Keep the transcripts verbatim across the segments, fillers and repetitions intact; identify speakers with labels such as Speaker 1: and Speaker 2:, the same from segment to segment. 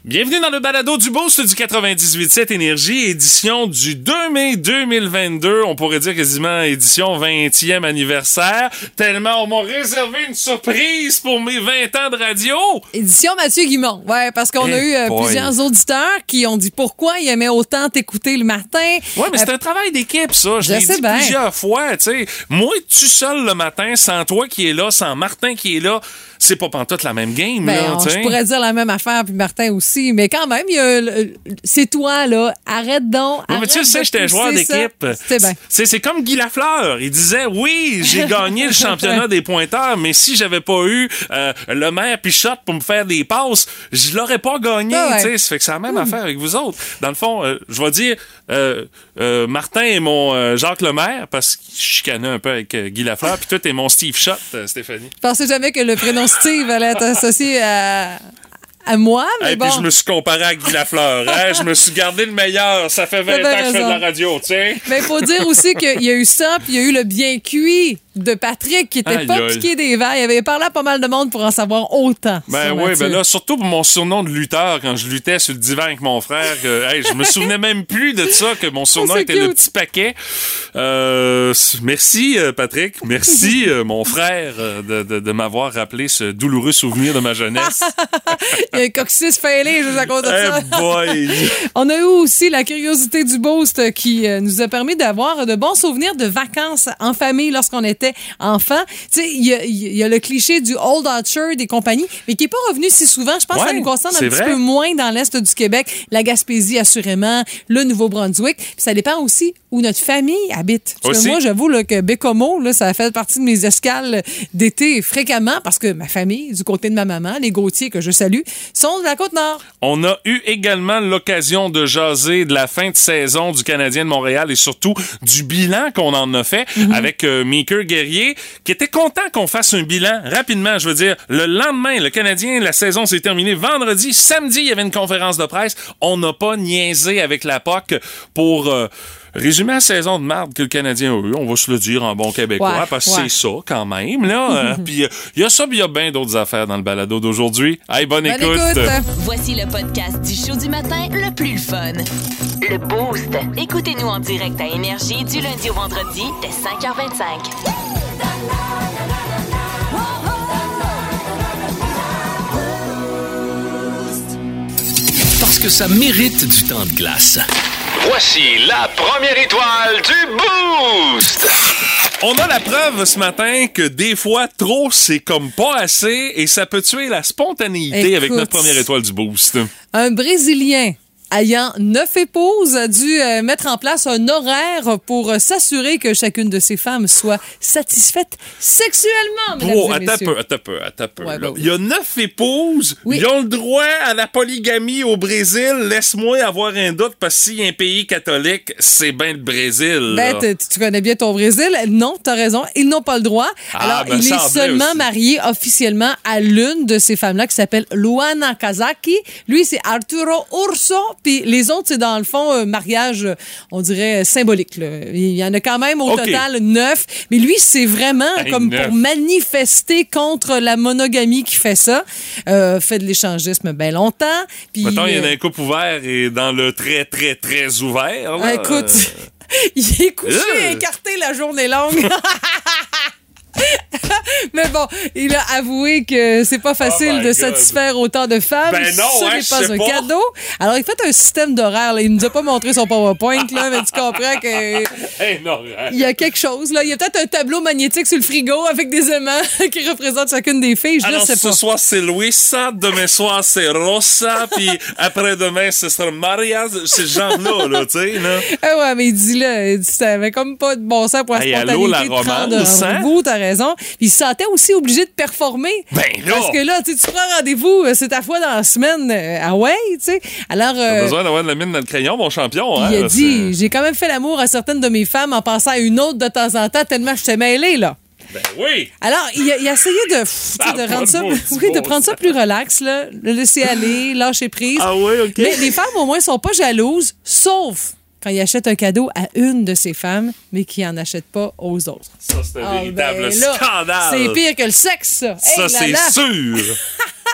Speaker 1: Bienvenue dans le balado du Boost du quatre-vingt-dix-huit sept Énergie, édition du deux mai deux mille vingt-deux. On pourrait dire quasiment édition vingtième anniversaire, tellement on m'a réservé une surprise pour mes vingt ans de radio.
Speaker 2: Édition Mathieu Guimond, ouais, parce qu'on
Speaker 1: hey
Speaker 2: a eu euh,
Speaker 1: boy.
Speaker 2: plusieurs auditeurs qui ont dit pourquoi ils aimaient autant t'écouter le matin.
Speaker 1: Ouais, mais c'est
Speaker 2: euh,
Speaker 1: un travail d'équipe, ça. Je,
Speaker 2: je
Speaker 1: l'ai
Speaker 2: sais
Speaker 1: dit
Speaker 2: bien.
Speaker 1: plusieurs fois, tu sais. Moi, tu seul le matin, sans toi qui est là, sans Martin qui est là, c'est pas pantoute la même game,
Speaker 2: Ben,
Speaker 1: là,
Speaker 2: on-
Speaker 1: tu
Speaker 2: je
Speaker 1: sais.
Speaker 2: pourrais dire la même affaire, puis Martin aussi, mais quand même, il y a le- c'est toi, là. Arrête donc.
Speaker 1: Ouais, mais tu
Speaker 2: arrête
Speaker 1: sais,
Speaker 2: de
Speaker 1: j'étais joueur
Speaker 2: pousser ça.
Speaker 1: d'équipe.
Speaker 2: C'était bien.
Speaker 1: C'est, c'est comme Guy Lafleur. Il disait, oui, j'ai gagné le championnat des pointeurs, mais si j'avais pas eu euh, le maire Pichotte pour me faire des passes, je l'aurais pas gagné.
Speaker 2: Ah ouais.
Speaker 1: Tu sais, ça fait que c'est la même affaire avec vous autres. Dans le fond, euh, je vais dire, euh, euh, Martin est mon euh, Jacques Lemaire, parce qu'il chicanait un peu avec euh, Guy Lafleur, puis toi, t'es mon Steve Schott, euh, Stéphanie.
Speaker 2: Je pensais jamais que le prénom Steve allait être associé à, à moi, mais
Speaker 1: Et
Speaker 2: bon.
Speaker 1: puis je me suis comparé à Guy Lafleur. Hein? Je me suis gardé le meilleur. Ça fait vingt
Speaker 2: T'as
Speaker 1: ans que je fais de
Speaker 2: raison.
Speaker 1: la radio, tu sais.
Speaker 2: Mais il faut dire aussi qu'il y a eu ça, puis il y a eu le bien cuit de Patrick qui était
Speaker 1: Aïe,
Speaker 2: pas
Speaker 1: aïe.
Speaker 2: piqué des verres. Il avait parlé à pas mal de monde pour en savoir autant.
Speaker 1: Ben
Speaker 2: sur
Speaker 1: oui,
Speaker 2: Mathieu.
Speaker 1: ben là, surtout pour mon surnom de lutteur, quand je luttais sur le divan avec mon frère, que, hey, je me souvenais même plus de ça, que mon surnom
Speaker 2: Oh, c'est
Speaker 1: était le
Speaker 2: cute.
Speaker 1: petit paquet. Euh, merci, euh, Patrick. Merci, euh, mon frère, euh, de, de, de m'avoir rappelé ce douloureux souvenir de ma jeunesse.
Speaker 2: Il y a un coccyx fêlé juste à cause de ça.
Speaker 1: Eh boy!
Speaker 2: On a eu aussi la curiosité du Boost qui euh, nous a permis d'avoir de bons souvenirs de vacances en famille lorsqu'on était enfant. Tu sais, il y, a- il y a le cliché du Old Orchard et compagnie, mais qui n'est pas revenu si souvent. Je pense que ça
Speaker 1: Ouais,
Speaker 2: nous concerne un
Speaker 1: c'est
Speaker 2: petit
Speaker 1: vrai.
Speaker 2: peu moins dans l'Est du Québec. La Gaspésie, assurément, le Nouveau-Brunswick. Puis ça dépend aussi où notre famille habite. Parce
Speaker 1: Aussi.
Speaker 2: que moi, j'avoue là, que Bécomo, là, ça a fait partie de mes escales d'été fréquemment parce que ma famille, du côté de ma maman, les Gauthier, que je salue, sont de la Côte-Nord.
Speaker 1: On a eu également l'occasion de jaser de la fin de saison du Canadien de Montréal et surtout du bilan qu'on en a fait avec euh, Meeker Guerrier, qui était content qu'on fasse un bilan rapidement. Je veux dire, le lendemain, le Canadien, la saison s'est terminée vendredi. Samedi, il y avait une conférence de presse. On n'a pas niaisé avec la P O C pour... euh, résumer la saison de marde que le Canadien a eu, on va se le dire en bon québécois,
Speaker 2: Ouais,
Speaker 1: parce que
Speaker 2: ouais.
Speaker 1: c'est ça quand même, là. Puis il y a ça, puis il y a bien d'autres affaires dans le balado d'aujourd'hui. Hey, bonne,
Speaker 2: Bonne
Speaker 1: écoute!
Speaker 2: écoute.
Speaker 3: Voici le podcast du show du matin le plus le fun. Le Boost. Écoutez-nous en direct à Énergie du lundi au vendredi dès cinq heures vingt-cinq.
Speaker 4: Parce que ça mérite du temps de glace.
Speaker 5: Voici la première étoile du Boost!
Speaker 1: On a la preuve ce matin que des fois, trop, c'est comme pas assez et ça peut tuer la spontanéité
Speaker 2: Écoute.
Speaker 1: avec notre première étoile du Boost.
Speaker 2: Un Brésilien ayant neuf épouses a dû euh, mettre en place un horaire pour euh, s'assurer que chacune de ses femmes soit satisfaite sexuellement, mesdames
Speaker 1: Oh,
Speaker 2: et
Speaker 1: attends un
Speaker 2: messieurs.
Speaker 1: peu, attends un peu, attends un peu.
Speaker 2: Ouais,
Speaker 1: là.
Speaker 2: bah oui.
Speaker 1: Il y a neuf épouses.
Speaker 2: Oui.
Speaker 1: Ils ont le droit à la polygamie au Brésil. Laisse-moi avoir un doute parce que s'il y a un pays catholique, c'est bien le Brésil.
Speaker 2: Ben,
Speaker 1: là.
Speaker 2: t- tu connais bien ton Brésil. Non, t'as raison. Ils n'ont pas le droit.
Speaker 1: Ah,
Speaker 2: Alors,
Speaker 1: ben,
Speaker 2: il
Speaker 1: ça
Speaker 2: est
Speaker 1: semblait
Speaker 2: seulement
Speaker 1: aussi.
Speaker 2: marié officiellement à l'une de ces femmes-là qui s'appelle Luana Kazaki. Lui, c'est Arturo Urso. Puis les autres, c'est dans le fond un mariage, on dirait, symbolique. Là. Il y en a quand même au
Speaker 1: OK.
Speaker 2: total neuf. Mais lui, c'est vraiment
Speaker 1: Hey,
Speaker 2: comme
Speaker 1: neuf.
Speaker 2: pour manifester contre la monogamie qui fait ça. Euh, fait de l'échangisme bien longtemps. Puis,
Speaker 1: Mettons, il y en a
Speaker 2: euh,
Speaker 1: un couple ouvert et dans le très, très, très ouvert. là,
Speaker 2: Ah, écoute,
Speaker 1: euh,
Speaker 2: il est couché
Speaker 1: Euh.
Speaker 2: écarté la journée longue. Mais bon, il a avoué que c'est pas facile
Speaker 1: Oh my
Speaker 2: de
Speaker 1: God.
Speaker 2: satisfaire autant de femmes.
Speaker 1: Ben non,
Speaker 2: Ce
Speaker 1: hein,
Speaker 2: n'est
Speaker 1: je
Speaker 2: pas
Speaker 1: sais
Speaker 2: un
Speaker 1: pas.
Speaker 2: cadeau. Alors, il fait un système d'horaire. là. Il nous a pas montré son PowerPoint, là, mais tu comprends que
Speaker 1: hey, non, hein.
Speaker 2: il y a quelque chose. Là. Il y a peut-être un tableau magnétique sur le frigo avec des aimants qui représentent chacune des filles. Je ne
Speaker 1: Alors,
Speaker 2: sais
Speaker 1: ce
Speaker 2: pas.
Speaker 1: soir, c'est Luisa, demain soir, c'est Rosa, puis après-demain, ce sera Maria. C'est ce genre-là, là, tu sais, là.
Speaker 2: Ah ouais, mais il dit là, il dit, ça avait comme pas de bon sens pour la
Speaker 1: Hey,
Speaker 2: spontanéité
Speaker 1: allô, la
Speaker 2: de prendre
Speaker 1: romance,
Speaker 2: un
Speaker 1: hein?
Speaker 2: rendez-vous, t'as raison. Puis il se sentait aussi obligé de performer.
Speaker 1: Ben là!
Speaker 2: Parce que là, tu sais, tu prends rendez-vous, euh, c'est ta fois dans la semaine. euh, ah ouais, tu sais. Alors,
Speaker 1: T'as
Speaker 2: euh,
Speaker 1: besoin d'avoir de la mine dans le crayon, mon champion, hein?
Speaker 2: il a
Speaker 1: là,
Speaker 2: dit, j'ai quand même fait l'amour à certaines de mes femmes en pensant à une autre de temps en temps tellement je t'ai mêlé, là.
Speaker 1: c'est- Ben oui!
Speaker 2: Alors, il a, il a essayé de, pff, tu sais,
Speaker 1: Ah,
Speaker 2: de
Speaker 1: pas
Speaker 2: rendre
Speaker 1: de
Speaker 2: ça,
Speaker 1: maudit
Speaker 2: oui, de
Speaker 1: bon
Speaker 2: prendre ça
Speaker 1: sens.
Speaker 2: plus relax, là, le laisser aller, lâcher prise.
Speaker 1: Ah oui, OK.
Speaker 2: Mais les femmes, au moins, sont pas jalouses, sauf quand ils achètent un cadeau à une de ces femmes, mais qui en achètent pas aux autres.
Speaker 1: Ça, c'est un
Speaker 2: Ah,
Speaker 1: véritable
Speaker 2: ben là,
Speaker 1: scandale.
Speaker 2: C'est pire que le sexe, ça.
Speaker 1: Ça,
Speaker 2: Hey là
Speaker 1: c'est
Speaker 2: là.
Speaker 1: sûr.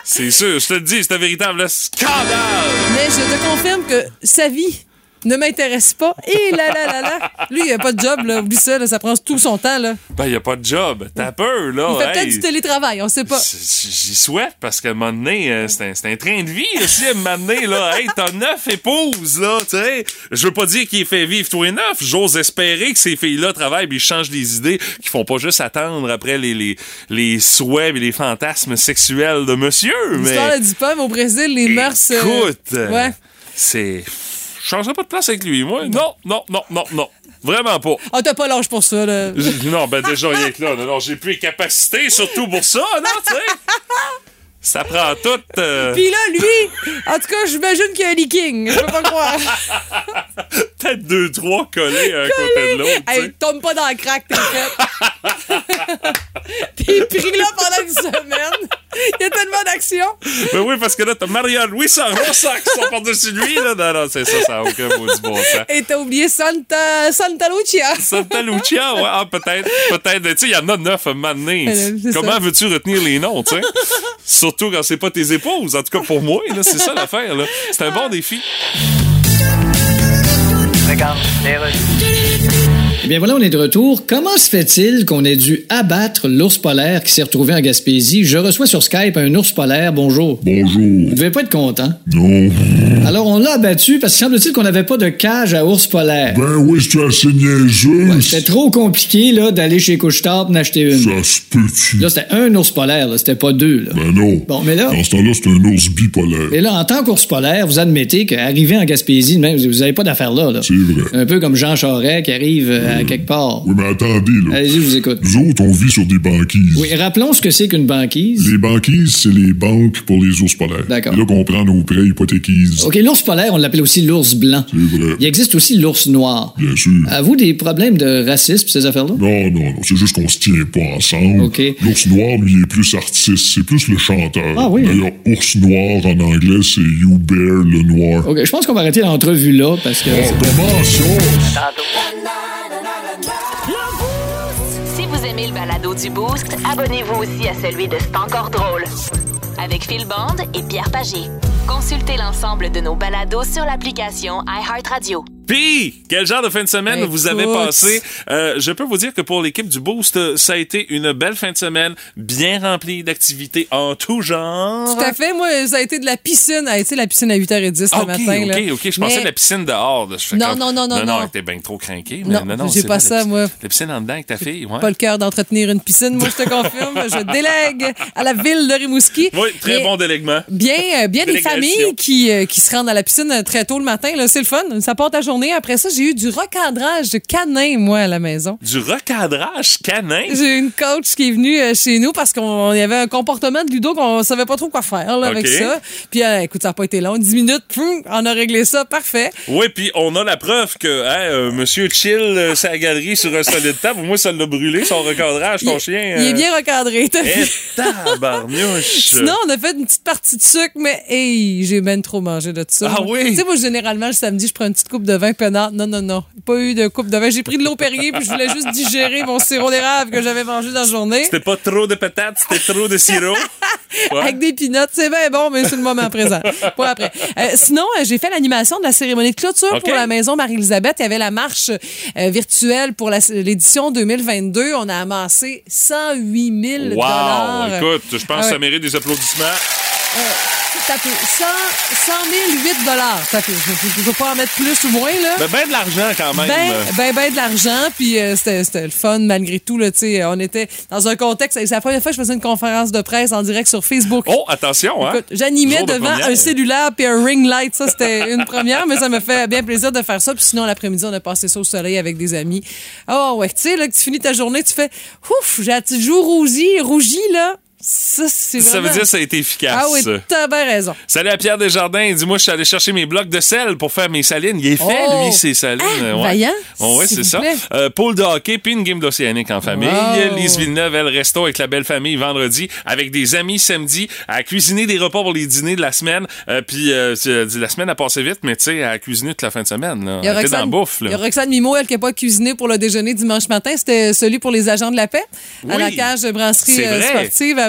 Speaker 1: C'est sûr, je te le dis, c'est un véritable scandale.
Speaker 2: Mais je te confirme que sa vie ne m'intéresse pas. Et là, là, là, là. Lui, il a pas de job, là. Oublie ça, là. Ça prend tout son temps, là.
Speaker 1: Ben, il n'y a pas de job. T'as peur, là.
Speaker 2: Il fait
Speaker 1: hey.
Speaker 2: peut-être du télétravail, on sait pas.
Speaker 1: J'y souhaite, parce qu'à un moment donné, euh, c'est un, c'est un train de vie, aussi, à un moment donné, là. Hey, t'as neuf épouses, là, tu sais. Je veux pas dire qu'il est fait vivre toi et neuf. J'ose espérer que ces filles-là travaillent et changent les idées, qu'ils font pas juste attendre après les, les, les souhaits et les fantasmes sexuels de monsieur, mais...
Speaker 2: L'histoire le dit pas, mais au Brésil, les mœurs...
Speaker 1: Écoute,
Speaker 2: euh... ouais.
Speaker 1: c'est... Je changerais pas de place avec lui, moi. Non, non, non, non, non. Vraiment pas.
Speaker 2: Ah, oh, t'as pas l'âge pour ça, là.
Speaker 1: Non, ben déjà, rien que là. Non, non, j'ai plus les capacités, surtout pour ça, non, tu sais. Ça prend tout. Euh...
Speaker 2: Puis là, lui, en tout cas, j'imagine qu'il y a un leaking. Je peux pas croire.
Speaker 1: Peut-être deux, trois collés à un côté de l'autre.
Speaker 2: Hey, tombe pas dans le crack, t'es fait. T'es pris là pendant une semaine. Il y a tellement d'action.
Speaker 1: Ben oui, parce que là, t'as Maria-Louis Rosa qui sont par-dessus lui, là. Non, non, c'est ça, ça n'a aucun mot du bon sens.
Speaker 2: Et t'as oublié Santa, Santa Lucia.
Speaker 1: Santa Lucia, ouais, ah, peut-être, peut-être. Tu sais, il y en a neuf à un moment donné.
Speaker 2: C'est
Speaker 1: Comment
Speaker 2: ça.
Speaker 1: veux-tu retenir les noms, tu sais? Surtout quand c'est pas tes épouses. En tout cas, pour moi, là, c'est ça l'affaire, là. C'est un bon défi.
Speaker 6: Regarde, les rues.
Speaker 7: Eh bien voilà, on est de retour. Comment se fait-il qu'on ait dû abattre l'ours polaire qui s'est retrouvé en Gaspésie? Je reçois sur Skype un ours polaire. Bonjour.
Speaker 8: Bonjour.
Speaker 7: Vous devez pas être content.
Speaker 8: Non.
Speaker 7: Alors, on l'a abattu parce que semble-t-il qu'on n'avait pas de cage à ours polaire.
Speaker 8: Ben oui, c'était assez niaiseux.
Speaker 7: Ouais, c'était trop compliqué, là, d'aller chez Couche-Tard pour en acheter une.
Speaker 8: Ça se peut-tu?
Speaker 7: Là, c'était un ours polaire, là. C'était pas deux, là.
Speaker 8: Ben non.
Speaker 7: Bon, mais là...
Speaker 8: Dans ce temps-là, c'est un ours bipolaire.
Speaker 7: Et là, en tant qu'ours polaire, vous admettez qu'arriver en Gaspésie, même, vous avez pas d'affaire là, là.
Speaker 8: C'est vrai.
Speaker 7: Un peu comme Jean Charest qui arrive euh, à quelque part.
Speaker 8: Oui, mais attendez, là.
Speaker 7: Allez-y, je vous écoute.
Speaker 8: Nous autres, on vit sur des banquises.
Speaker 7: Oui, rappelons ce que c'est qu'une banquise.
Speaker 8: Les banquises, c'est les banques pour les ours polaires.
Speaker 7: D'accord.
Speaker 8: C'est là qu'on prend nos prêts hypothéquises.
Speaker 7: OK, l'ours polaire, on l'appelle aussi l'ours blanc.
Speaker 8: C'est vrai.
Speaker 7: Il existe aussi l'ours noir.
Speaker 8: Bien sûr.
Speaker 7: Avez-vous des problèmes de racisme, ces affaires-là?
Speaker 8: Non, non, non. C'est juste qu'on se tient pas ensemble.
Speaker 7: OK.
Speaker 8: L'ours noir, lui, il est plus artiste. C'est plus le chanteur.
Speaker 7: Ah oui?
Speaker 8: D'ailleurs, ours noir, en anglais, c'est You Bear le noir.
Speaker 7: OK, je pense qu'on va arrêter l'entrevue là, parce que...
Speaker 8: Oh, comment ça?
Speaker 6: Tantôt.
Speaker 3: Si vous aimez le balado du Boost, abonnez-vous aussi à celui de C'est encore drôle. Avec Phil Bond et Pierre Pagé. Consultez l'ensemble de nos balados sur l'application iHeartRadio.
Speaker 1: Puis, quel genre de fin de semaine
Speaker 2: Écoute.
Speaker 1: vous avez passé? Euh, je peux vous dire que pour l'équipe du Boost, ça a été une belle fin de semaine, bien remplie d'activités en tout genre.
Speaker 2: Tout à fait. Moi, ça a été de la piscine. Ah, tu sais, la piscine à huit heures dix
Speaker 1: Ah,
Speaker 2: le
Speaker 1: OK,
Speaker 2: matin. là.
Speaker 1: OK, OK. Je pensais
Speaker 2: Mais-
Speaker 1: à la piscine dehors. Là. Je fais
Speaker 2: Non,
Speaker 1: comme-
Speaker 2: non, non, non,
Speaker 1: Non,
Speaker 2: non.
Speaker 1: non, t'es bien trop craqué. Mais
Speaker 2: Non,
Speaker 1: non, non,
Speaker 2: j'ai
Speaker 1: c'est
Speaker 2: pas
Speaker 1: vrai,
Speaker 2: ça,
Speaker 1: la,
Speaker 2: moi.
Speaker 1: La piscine en dedans avec ta fille, ouais.
Speaker 2: Pas le cœur d'entretenir une piscine, moi, je te confirme. Je délègue à la ville de Rimouski.
Speaker 1: Oui, très
Speaker 2: Mais
Speaker 1: bon délèguement.
Speaker 2: Bien, euh, bien des
Speaker 1: Délégation.
Speaker 2: familles qui, euh, qui se rendent à la piscine euh, très tôt le matin. Là, c'est le fun. Ça part ta journée. Après ça, j'ai eu du recadrage de canin, moi, à la maison.
Speaker 1: Du recadrage canin.
Speaker 2: J'ai eu une coach qui est venue euh, chez nous parce qu'on y avait un comportement de Ludo qu'on savait pas trop quoi faire là, avec
Speaker 1: OK.
Speaker 2: ça. Puis, euh, écoute, ça n'a pas été long. dix minutes, poum, on a réglé ça. Parfait.
Speaker 1: Oui, puis on a la preuve que hein, euh, Monsieur chill euh, sa galerie sur un solide table. Moi, ça l'a brûlé, son recadrage, ton
Speaker 2: il,
Speaker 1: chien.
Speaker 2: il est
Speaker 1: euh,
Speaker 2: bien recadré. t'as
Speaker 1: Eh,
Speaker 2: vu?
Speaker 1: tabarnouche.
Speaker 2: Sinon, on a fait une petite partie de sucre, mais hey, j'ai ben trop mangé de ça.
Speaker 1: Ah oui?
Speaker 2: Tu sais, moi, généralement, le samedi, je prends une petite coupe de vin peinard. Non, non, non. Pas eu de coupe de vin. J'ai pris de l'eau Perrier, puis je voulais juste digérer mon sirop d'érable que j'avais mangé dans la journée.
Speaker 1: C'était pas trop de patates, c'était trop de sirop. Ouais.
Speaker 2: Avec des peanuts. C'est bien bon, mais c'est le moment présent. Pas après. Euh, sinon, euh, j'ai fait l'animation de la cérémonie de clôture
Speaker 1: OK.
Speaker 2: pour la maison Marie-Elisabeth. Il y avait la marche euh, virtuelle pour la- l'édition deux mille vingt-deux. On a amassé cent huit mille dollars.
Speaker 1: Wow! Écoute, je pense
Speaker 2: Ah
Speaker 1: que ça
Speaker 2: ouais.
Speaker 1: mérite des applaudissements.
Speaker 2: Ça fait cent mille huit dollars. Ça fait. Je ne veux pas en mettre plus ou moins, là.
Speaker 1: Ben, ben de l'argent quand même.
Speaker 2: Ben, ben, ben de l'argent, puis euh, c'était, c'était le fun malgré tout. Là, tu sais, on était dans un contexte. C'est la première fois que je faisais une conférence de presse en direct sur Facebook.
Speaker 1: Oh, attention, hein?
Speaker 2: Écoute, j'animais
Speaker 1: Jour de
Speaker 2: devant
Speaker 1: première.
Speaker 2: un cellulaire puis un ring light. Ça, c'était une première, mais ça me fait bien plaisir de faire ça. Puis sinon, l'après-midi, on a passé ça au soleil avec des amis. Oh, ouais, tu sais, là, que tu finis ta journée, tu fais ouf, j'ai la petite joue rougie, rougie, là. Ça, c'est
Speaker 1: Ça
Speaker 2: vraiment...
Speaker 1: veut dire que ça a été efficace.
Speaker 2: Ah oui, t'as bien raison.
Speaker 1: Salut à Pierre Desjardins. Dis-moi, je suis allé chercher mes blocs de sel pour faire mes salines. Il est fait,
Speaker 2: Oh!
Speaker 1: lui, ses salines.
Speaker 2: Ah,
Speaker 1: ouais.
Speaker 2: vaillant,
Speaker 1: Oh, ouais,
Speaker 2: s'il
Speaker 1: c'est
Speaker 2: vous
Speaker 1: ça.
Speaker 2: plaît.
Speaker 1: Euh, pôle de hockey, puis une game d'Océanique en famille.
Speaker 2: Wow.
Speaker 1: Lise Villeneuve, elle, resto avec la belle famille vendredi, avec des amis samedi, à cuisiner des repas pour les dîners de la semaine. Euh, puis euh, la semaine a passé vite, mais tu sais, à cuisiner toute la fin de semaine. Là.
Speaker 2: Il y a
Speaker 1: Elle était dans la
Speaker 2: Roxane,
Speaker 1: bouffe. Là.
Speaker 2: il y a Roxane Mimo, elle qui n'a pas cuisiné pour le déjeuner dimanche matin. C'était celui pour les agents de la paix à
Speaker 1: Oui.
Speaker 2: la cage de brasserie
Speaker 1: C'est
Speaker 2: euh,
Speaker 1: vrai.
Speaker 2: sportive à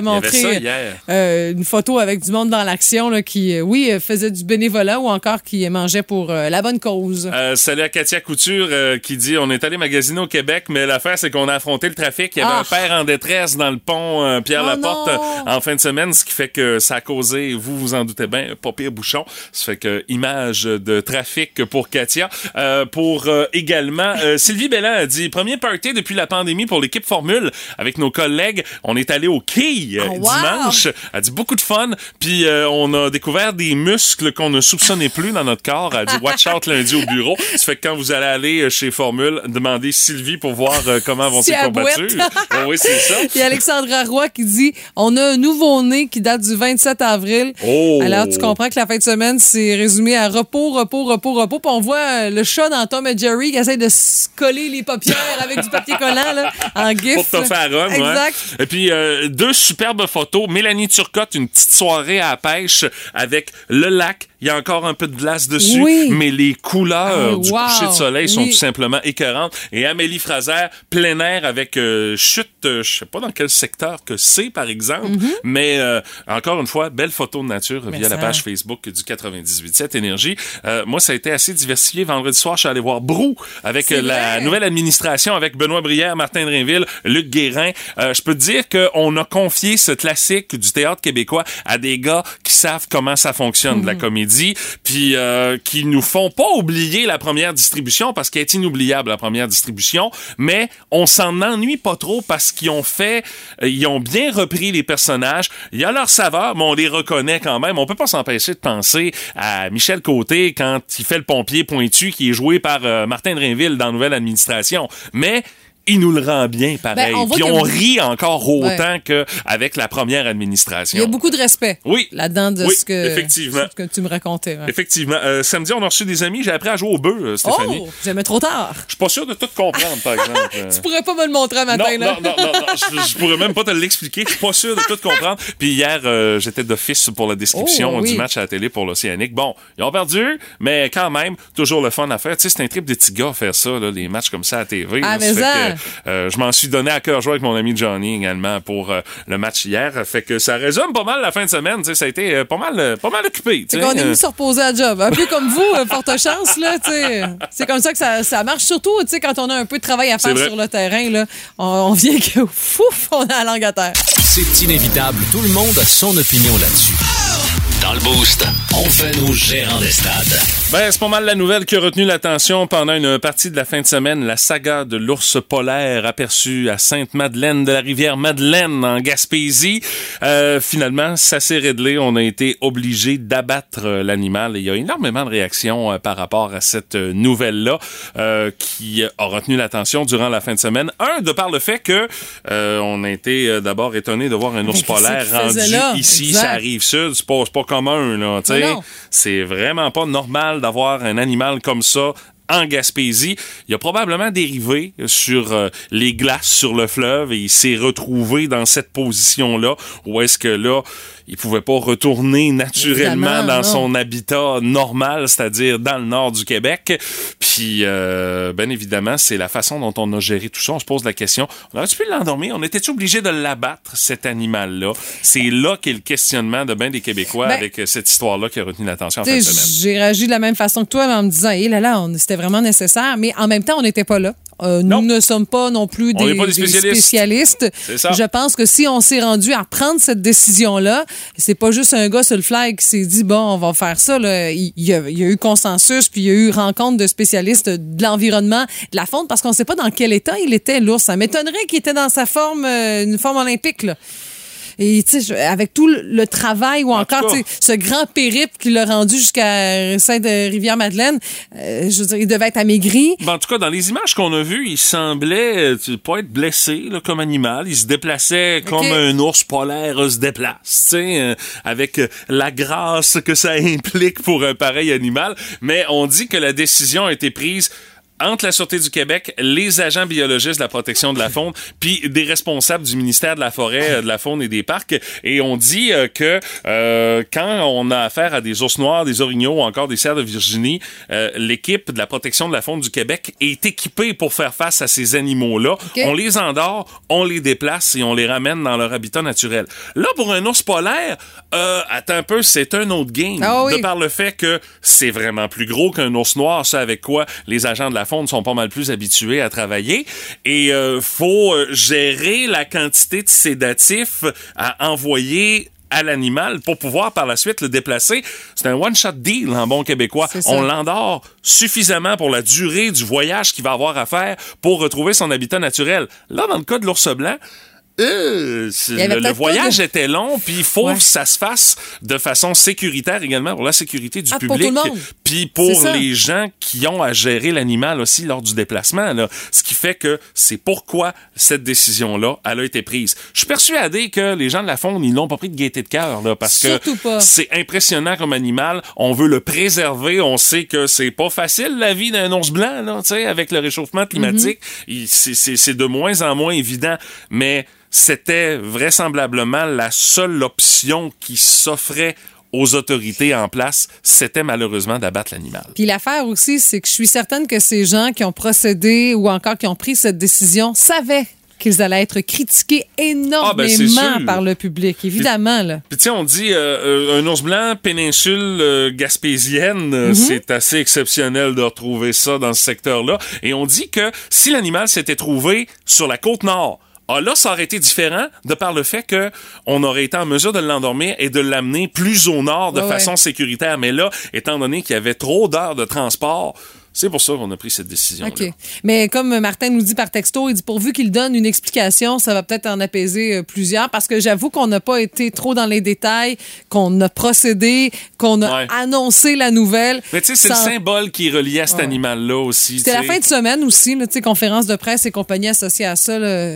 Speaker 2: montré
Speaker 1: ça hier.
Speaker 2: euh, une photo avec du monde dans l'action là, qui, euh, oui, euh, faisait du bénévolat ou encore qui mangeait pour euh, la bonne cause.
Speaker 1: Euh, salut à Katia Couture euh, qui dit « On est allé magasiner au Québec, mais l'affaire, c'est qu'on a affronté le trafic. Il y avait
Speaker 2: Ah.
Speaker 1: un père en détresse dans le pont euh, Pierre-Laporte
Speaker 2: Oh non.
Speaker 1: en fin de semaine, ce qui fait que ça a causé, vous vous en doutez bien, pas pire bouchon. Ça fait que image de trafic pour Katia. Euh, pour euh, également, euh, Sylvie Belland a dit « Premier party depuis la pandémie pour l'équipe Formule avec nos collègues. On est allé au quai euh,
Speaker 2: Oh, wow.
Speaker 1: dimanche. Elle dit beaucoup de fun. Puis euh, on a découvert des muscles qu'on ne soupçonnait plus dans notre corps. Elle dit watch out lundi au bureau. Ça fait que quand vous allez aller chez Formule, demandez Sylvie pour voir euh, comment vont
Speaker 2: Si
Speaker 1: ses
Speaker 2: elle
Speaker 1: combattus.
Speaker 2: boite.
Speaker 1: Oh, oui, c'est ça.
Speaker 2: Il y a Alexandra Roy qui dit on a un nouveau-né qui date du vingt-sept avril.
Speaker 1: Oh.
Speaker 2: Alors, tu comprends que la fin de semaine, c'est résumé à repos, repos, repos, repos. Puis on voit euh, le chat dans Tom et Jerry qui essaie de se coller les paupières avec du papier collant là, en gif.
Speaker 1: Pour te faire run,
Speaker 2: exact.
Speaker 1: Ouais. Et puis, euh, deux superbes photos. Mélanie Turcotte, une petite soirée à la pêche avec le lac. Il y a encore un peu de glace dessus,
Speaker 2: Oui.
Speaker 1: mais les couleurs
Speaker 2: Ah,
Speaker 1: du
Speaker 2: wow.
Speaker 1: coucher de soleil sont
Speaker 2: Oui.
Speaker 1: tout simplement écœurantes. Et Amélie Fraser, plein air avec euh, chute, euh, je sais pas dans quel secteur que c'est, par exemple,
Speaker 2: Mm-hmm.
Speaker 1: mais euh, encore une fois, belle photo de nature
Speaker 2: Mais
Speaker 1: via
Speaker 2: ça...
Speaker 1: la page Facebook du quatre-vingt-dix-huit virgule sept Énergie. Euh, moi, ça a été assez diversifié. Vendredi soir, je suis allé voir Brou avec
Speaker 2: C'est
Speaker 1: euh, la
Speaker 2: vrai.
Speaker 1: nouvelle administration, avec Benoît Brière, Martin Drainville, Luc Guérin. Euh, je peux te dire qu'on a confié ce classique du théâtre québécois à des gars qui savent comment ça fonctionne,
Speaker 2: Mm-hmm.
Speaker 1: de la comédie, puis euh, qui nous font pas oublier la première distribution parce qu'elle est inoubliable, la première distribution, mais on s'en ennuie pas trop parce qu'ils ont fait, euh, ils ont bien repris les personnages. Il y a leur saveur, mais on les reconnaît quand même. On peut pas s'empêcher de penser à Michel Côté quand il fait le pompier pointu qui est joué par euh, Martin Drainville dans Nouvelle Administration. Mais il nous le rend bien pareil.
Speaker 2: Ben, on voit
Speaker 1: Puis
Speaker 2: qu'il y a
Speaker 1: on
Speaker 2: beaucoup-
Speaker 1: rit encore autant
Speaker 2: Ouais.
Speaker 1: qu'avec la première administration.
Speaker 2: Il y a beaucoup de respect
Speaker 1: Oui.
Speaker 2: là-dedans de
Speaker 1: Oui,
Speaker 2: ce, que,
Speaker 1: effectivement.
Speaker 2: ce que tu me racontais. Ouais.
Speaker 1: Effectivement. Euh, samedi, on a reçu des amis. J'ai appris à jouer au bœuf, euh, Stéphanie.
Speaker 2: Oh, jamais trop tard.
Speaker 1: Je suis pas sûr de tout comprendre, par exemple. Euh,
Speaker 2: Tu pourrais pas me le montrer un
Speaker 1: non,
Speaker 2: matin, là.
Speaker 1: non, non, non, non, je, je pourrais même pas te l'expliquer. Je suis pas sûr de tout comprendre. Puis hier, euh, j'étais d'office pour la description
Speaker 2: Oh, oui.
Speaker 1: du match à la télé pour l'Océanique. Bon, ils ont perdu, mais quand même, toujours le fun à faire. Tu sais, c'est un trip de petits gars faire ça, là, les matchs comme ça à la T V.
Speaker 2: Ah,
Speaker 1: là.
Speaker 2: mais
Speaker 1: Ça fait
Speaker 2: ça.
Speaker 1: que, euh, je m'en suis donné à cœur joie avec mon ami Johnny également pour euh, le match hier. Fait que ça résume pas mal la fin de semaine. Tu sais, ça a été euh, pas mal, euh, pas mal occupé. tu
Speaker 2: C'est
Speaker 1: sais.
Speaker 2: qu'on est
Speaker 1: Euh,
Speaker 2: venu se reposer à job. Un peu comme vous, euh, forte chance, là, tu sais. C'est comme ça que ça, ça marche. Surtout, tu sais, quand on a un peu de travail à faire
Speaker 1: C'est vrai.
Speaker 2: sur le terrain, là, on, on vient que, fouf, on a la langue à terre.
Speaker 4: C'est inévitable, tout le monde a son opinion là-dessus. Dans le Boost, on fait nos gérants des stades.
Speaker 1: Ben, c'est pas mal la nouvelle qui a retenu l'attention pendant une partie de la fin de semaine. La saga de l'ours polaire aperçu à Sainte-Madeleine de la rivière Madeleine en Gaspésie. Euh, finalement, ça s'est réglé. On a été obligé d'abattre euh, l'animal. Et il y a énormément de réactions euh, par rapport à cette euh, nouvelle-là euh, qui a retenu l'attention durant la fin de semaine. Un, de par le fait que euh, on a été euh, d'abord étonné de voir un ours
Speaker 2: Mais qu'est-ce
Speaker 1: polaire
Speaker 2: qu'il
Speaker 1: rendu
Speaker 2: faisait là?
Speaker 1: ici,
Speaker 2: Exact.
Speaker 1: ça arrive sud. C'est pas, c'est pas commun, là, tu sais.
Speaker 2: Mais non.
Speaker 1: C'est vraiment pas normal d'avoir un animal comme ça en Gaspésie. Il a probablement dérivé sur euh, les glaces sur le fleuve et il s'est retrouvé dans cette position-là où est-ce que là, il pouvait pas retourner naturellement
Speaker 2: Évidemment,
Speaker 1: dans
Speaker 2: non.
Speaker 1: son habitat normal, c'est-à-dire dans le nord du Québec. Puis, euh, bien évidemment, c'est la façon dont on a géré tout ça. On se pose la question, on aurait-tu pu l'endormir? On était-tu obligé de l'abattre, cet animal-là? C'est là qu'est le questionnement de bien des Québécois
Speaker 2: Ben,
Speaker 1: avec cette histoire-là qui a retenu l'attention en fin
Speaker 2: Tu
Speaker 1: de
Speaker 2: sais,
Speaker 1: semaine.
Speaker 2: j'ai réagi de la même façon que toi là, en me disant, hé là là, on- c'était vraiment nécessaire, mais en même temps, on n'était pas là. Euh, nous
Speaker 1: Non.
Speaker 2: ne sommes pas non plus
Speaker 1: On
Speaker 2: des,
Speaker 1: n'est pas des
Speaker 2: des
Speaker 1: spécialistes.
Speaker 2: spécialistes.
Speaker 1: C'est ça.
Speaker 2: Je pense que si on s'est rendu à prendre cette décision-là, c'est pas juste un gars sur le fly qui s'est dit, bon, on va faire ça. Là. Il, il y a, il y a eu consensus, puis il y a eu rencontre de spécialistes de l'environnement, de la faune, parce qu'on ne sait pas dans quel état il était, l'ours. Ça m'étonnerait qu'il était dans sa forme, euh, une forme olympique, là. Et tu sais, je- avec tout le, le travail ou
Speaker 1: En
Speaker 2: encore
Speaker 1: tout cas.
Speaker 2: tu sais, ce grand périple qui l'a rendu jusqu'à Sainte-Rivière-Madeleine, euh, je veux dire, il devait être amaigri.
Speaker 1: Ben, en tout cas, dans les images qu'on a vues, il semblait euh, tu- pas être blessé là, comme animal. Il se déplaçait comme
Speaker 2: Ok.
Speaker 1: un ours polaire euh, se déplace, tu sais, euh, avec euh, la grâce que ça implique pour un pareil animal. Mais on dit que la décision a été prise entre la Sûreté du Québec, les agents biologistes de la protection de la faune, puis des responsables du ministère de la Forêt, de la Faune et des Parcs. Et on dit euh, que euh, quand on a affaire à des ours noirs, des orignaux ou encore des cerfs de Virginie, euh, l'équipe de la protection de la faune du Québec est équipée pour faire face à ces animaux-là. Okay. On les endort, on les déplace et on les ramène dans leur habitat naturel. Là, pour un ours polaire, euh, attends un peu, c'est un autre game. Ah oui. De par le fait que c'est vraiment plus gros qu'un ours noir, ça avec quoi les agents de la faune sont pas mal plus habitués à travailler. Et euh, faut gérer la quantité de sédatifs à envoyer à l'animal pour pouvoir par la suite le déplacer. C'est un one-shot deal en bon québécois. On l'endort suffisamment pour la durée du voyage qu'il va avoir à faire pour retrouver son habitat naturel. Là, dans le cas de l'ours blanc, Euh, le, le voyage de... était long, puis il faut ouais. que ça se fasse de façon sécuritaire également pour la sécurité du
Speaker 2: ah,
Speaker 1: public, puis pour, pour les gens qui ont à gérer l'animal aussi lors du déplacement. Là. Ce qui fait que c'est pourquoi cette décision-là, elle a été prise. Je suis persuadé que les gens de la faune, ils l'ont pas pris de gaieté de cœur, là, parce Surtout que pas. c'est impressionnant comme animal. On veut le préserver. On sait que c'est pas facile la vie d'un ours blanc, là, tu sais, avec le réchauffement climatique. Mm-hmm. c'est, c'est, c'est de moins en moins évident, mais c'était vraisemblablement la seule option qui s'offrait aux autorités en place, c'était malheureusement d'abattre l'animal.
Speaker 2: Puis l'affaire aussi, c'est que je suis certaine que ces gens qui ont procédé ou encore qui ont pris cette décision savaient qu'ils allaient être critiqués énormément ah ben par le public, évidemment. Puis, là.
Speaker 1: Puis tu sais, on dit euh, un ours blanc, péninsule euh, gaspésienne, mm-hmm. c'est assez exceptionnel de retrouver ça dans ce secteur-là. Et on dit que si l'animal s'était trouvé sur la côte nord, ah là, ça aurait été différent de par le fait que on aurait été en mesure de l'endormir et de l'amener plus au nord de ouais, façon ouais. sécuritaire. Mais là, étant donné qu'il y avait trop d'heures de transport, c'est pour ça qu'on a pris cette décision-là.
Speaker 2: OK. Mais comme Martin nous dit par texto, il dit pourvu qu'il donne une explication, ça va peut-être en apaiser plusieurs, parce que j'avoue qu'on n'a pas été trop dans les détails, qu'on a procédé, qu'on a ouais. annoncé la nouvelle.
Speaker 1: Mais tu sais, c'est sans... le symbole qui est relié à cet ouais. animal-là aussi.
Speaker 2: C'était t'sais. La fin de semaine aussi, tu sais, conférence de presse et compagnie associée à ça, là.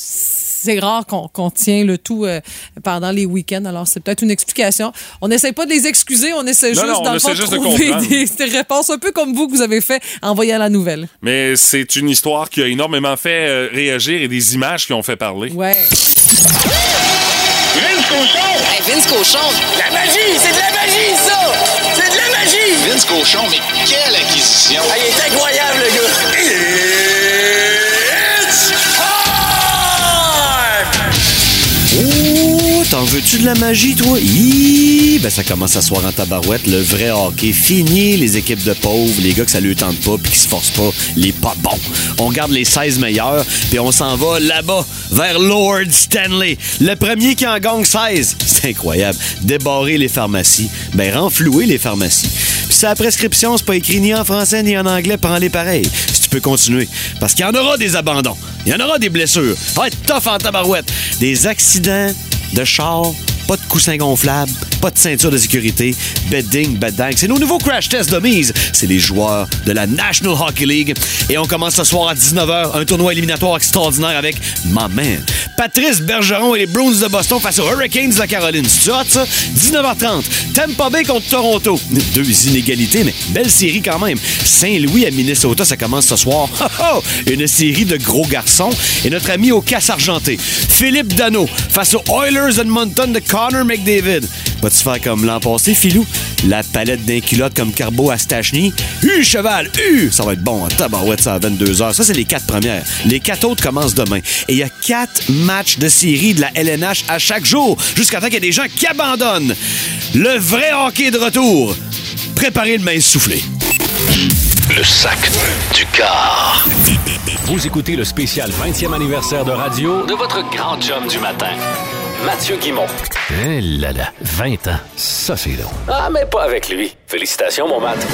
Speaker 2: C'est rare qu'on, qu'on tient le tout euh, pendant les week-ends. Alors, c'est peut-être une explication. On n'essaie pas de les excuser, on essaie non, juste, non, on dans le fond, de trouver de des, des réponses un peu comme vous que vous avez fait en voyant la nouvelle.
Speaker 1: Mais c'est une histoire qui a énormément fait euh, réagir et des images qui ont fait parler.
Speaker 2: Ouais.
Speaker 5: Vince Cochon!
Speaker 9: Hey, Vince Cochon!
Speaker 5: La magie! C'est de la magie, ça! C'est de la magie!
Speaker 4: Vince Cochon, mais quelle acquisition!
Speaker 5: Ah, il est incroyable, le gars! It's
Speaker 10: Oh, t'en veux-tu de la magie, toi? Hi! Ben, ça commence à se soir en tabarouette. Le vrai hockey. Fini les équipes de pauvres, les gars que ça lui tente pas puis qui se forcent pas, les pas bons. On garde les seize meilleurs puis on s'en va là-bas, vers Lord Stanley. Le premier qui en gagne seize. C'est incroyable. Débarrer les pharmacies. Ben, renflouer les pharmacies. Puis sa prescription, c'est pas écrit ni en français ni en anglais, prends-les pareil. Si tu peux continuer. Parce qu'il y en aura des abandons. Il y en aura des blessures. Ça va être tough en tabarouette. Des accidents de char, pas de coussin gonflable, pas de ceinture de sécurité, bedding, bedding. C'est nos nouveaux crash tests de mise. C'est les joueurs de la National Hockey League. Et on commence ce soir à dix-neuf heures, un tournoi éliminatoire extraordinaire avec ma man, Patrice Bergeron et les Bruins de Boston face aux Hurricanes de la Caroline. C'est hot, ça? dix-neuf heures trente. Tampa Bay contre Toronto. Deux inégalités, mais belle série quand même. Saint-Louis à Minnesota, ça commence ce soir. Oh, oh! Une série de gros garçons. Et notre ami au casse argenté, Philippe Danault, face aux Oilers Edmonton de Connor McDavid. Vas-tu faire comme l'an passé, Philou? La palette d'un culotte comme Carbo à Stachny. Hu, cheval! Hu! Ça va être bon, hein? Tabarouette, ça à vingt-deux heures. Ça, c'est les quatre premières. Les quatre autres commencent demain. Et il y a quatre matchs de série de la L N H à chaque jour, jusqu'à temps qu'il y ait des gens qui abandonnent. Le vrai hockey de retour. Préparez le main soufflé.
Speaker 4: Le sac du car.
Speaker 11: Vous écoutez le spécial vingtième anniversaire de radio
Speaker 4: de votre grand chum du matin, Mathieu Guimont.
Speaker 11: Eh là là, vingt ans, ça c'est long.
Speaker 4: Ah, mais pas avec lui. Félicitations, mon Matt.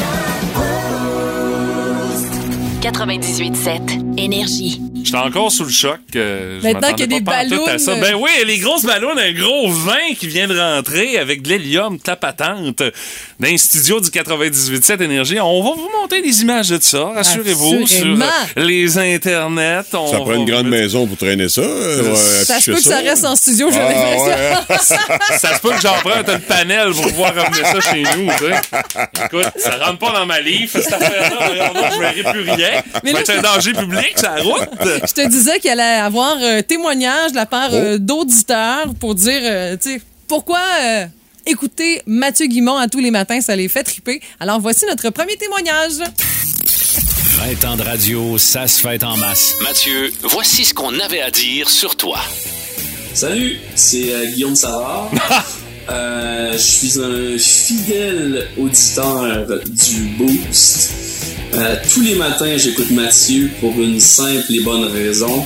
Speaker 3: quatre-vingt-dix-huit sept Énergie.
Speaker 1: J'étais encore sous le choc. Euh,
Speaker 2: Maintenant qu'il y a des ballons.
Speaker 1: Ben oui, les grosses ballons, un gros vin qui vient de rentrer avec de l'hélium, de la patente, dans les studios du quatre-vingt-dix-huit sept Énergie. On va vous montrer des images de ça, rassurez-vous,
Speaker 2: Assurément.
Speaker 1: sur les internets. On
Speaker 8: ça prend une grande mettre... maison pour traîner ça.
Speaker 2: Euh, ça se peut que ça reste en studio, j'ai
Speaker 8: ah,
Speaker 2: l'impression.
Speaker 8: Ouais.
Speaker 1: ça, ça se peut que j'emprunte le panel pour pouvoir ramener ça chez nous. Tu sais. Écoute, ça rentre pas dans ma livre, cette affaire-là. Regardez, je verrai plus rien. correct.
Speaker 2: Mais
Speaker 1: Ça va être un danger public, sur la route.
Speaker 2: Je te disais qu'il allait avoir un témoignage de la part euh, d'auditeurs pour dire, euh, tu sais, pourquoi euh, écouter Mathieu Guimond à tous les matins, ça les fait triper. Alors, voici notre premier témoignage.
Speaker 11: vingt ans de radio, ça se fait en masse.
Speaker 4: Mathieu, voici ce qu'on avait à dire sur toi.
Speaker 9: Salut, c'est euh, Guillaume Savard. euh, je suis un fidèle auditeur du Boost. Euh, tous les matins, j'écoute Mathieu pour une simple et bonne raison.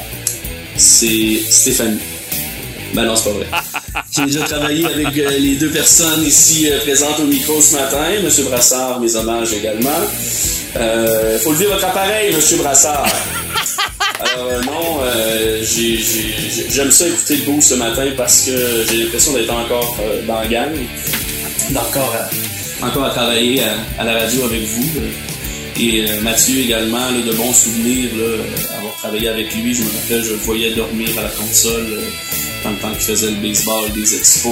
Speaker 9: C'est Stéphanie. Ben non, c'est pas vrai. J'ai déjà travaillé avec euh, les deux personnes ici euh, présentes au micro ce matin. Monsieur Brassard, mes hommages également. Euh, faut lever votre appareil, Monsieur Brassard. Alors euh, non, euh, j'ai, j'ai, j'aime ça écouter le Boost ce matin parce que j'ai l'impression d'être encore euh, dans la gang, encore à, encore à travailler à, à la radio avec vous. Euh, et euh, Mathieu également, là, de bons souvenirs, là, avoir travaillé avec lui. Je me rappelle, je le voyais dormir à la console euh, dans le temps qu'il faisait le baseball des expos.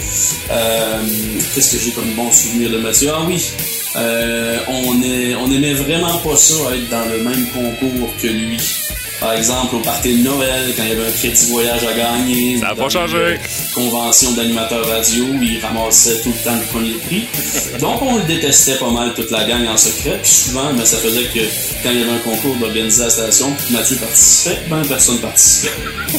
Speaker 9: Euh, qu'est-ce que j'ai comme bon souvenir de Mathieu? Ah oui! Euh, on, est, on aimait vraiment pas ça, être dans le même concours que lui. Par exemple, au party de Noël, quand il y avait un crédit voyage à gagner.
Speaker 1: Ça n'a pas changé.
Speaker 9: Convention d'animateur radio, il ramassait tout le temps le premier prix. Donc, on le détestait pas mal, toute la gang en secret. Puis souvent, ben, ça faisait que quand il y avait un concours d'organiser la station, puis Mathieu participait, ben personne participait.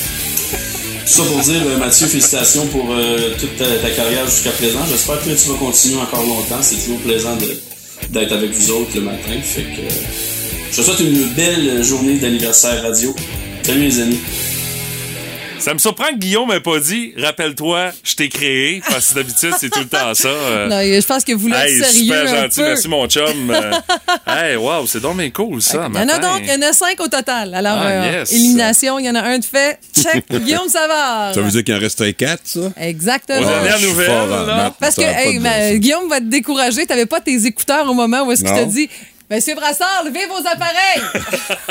Speaker 9: Tout ça pour dire, Mathieu, félicitations pour euh, toute ta, ta carrière jusqu'à présent. J'espère que tu vas continuer encore longtemps. C'est toujours plaisant de, d'être avec vous autres le matin. Fait que euh, je te souhaite une belle journée d'anniversaire radio. Salut les amis.
Speaker 1: Ça me surprend que Guillaume m'ait pas dit « Rappelle-toi, je t'ai créé », parce que d'habitude, c'est tout le temps ça. Euh...
Speaker 2: Non, je pense que vous l'êtes
Speaker 1: hey,
Speaker 2: sérieux
Speaker 1: super
Speaker 2: un
Speaker 1: gentil,
Speaker 2: peu.
Speaker 1: merci mon chum. Euh... hey, wow, c'est donc bien cool, ça.
Speaker 2: Il y en a donc, il y en a cinq au total. Alors,
Speaker 1: ah,
Speaker 2: euh,
Speaker 1: yes.
Speaker 2: élimination, il y en a un de fait. Check, Guillaume Savard.
Speaker 12: Ça veut dire qu'il en restait quatre, ça?
Speaker 2: Exactement.
Speaker 1: Aux dernières nouvelles, là.
Speaker 2: Parce que, hey, ma, Guillaume va te décourager. T'avais pas tes écouteurs au moment où est-ce qu'il t'a dit... Monsieur Brassard, levez vos appareils!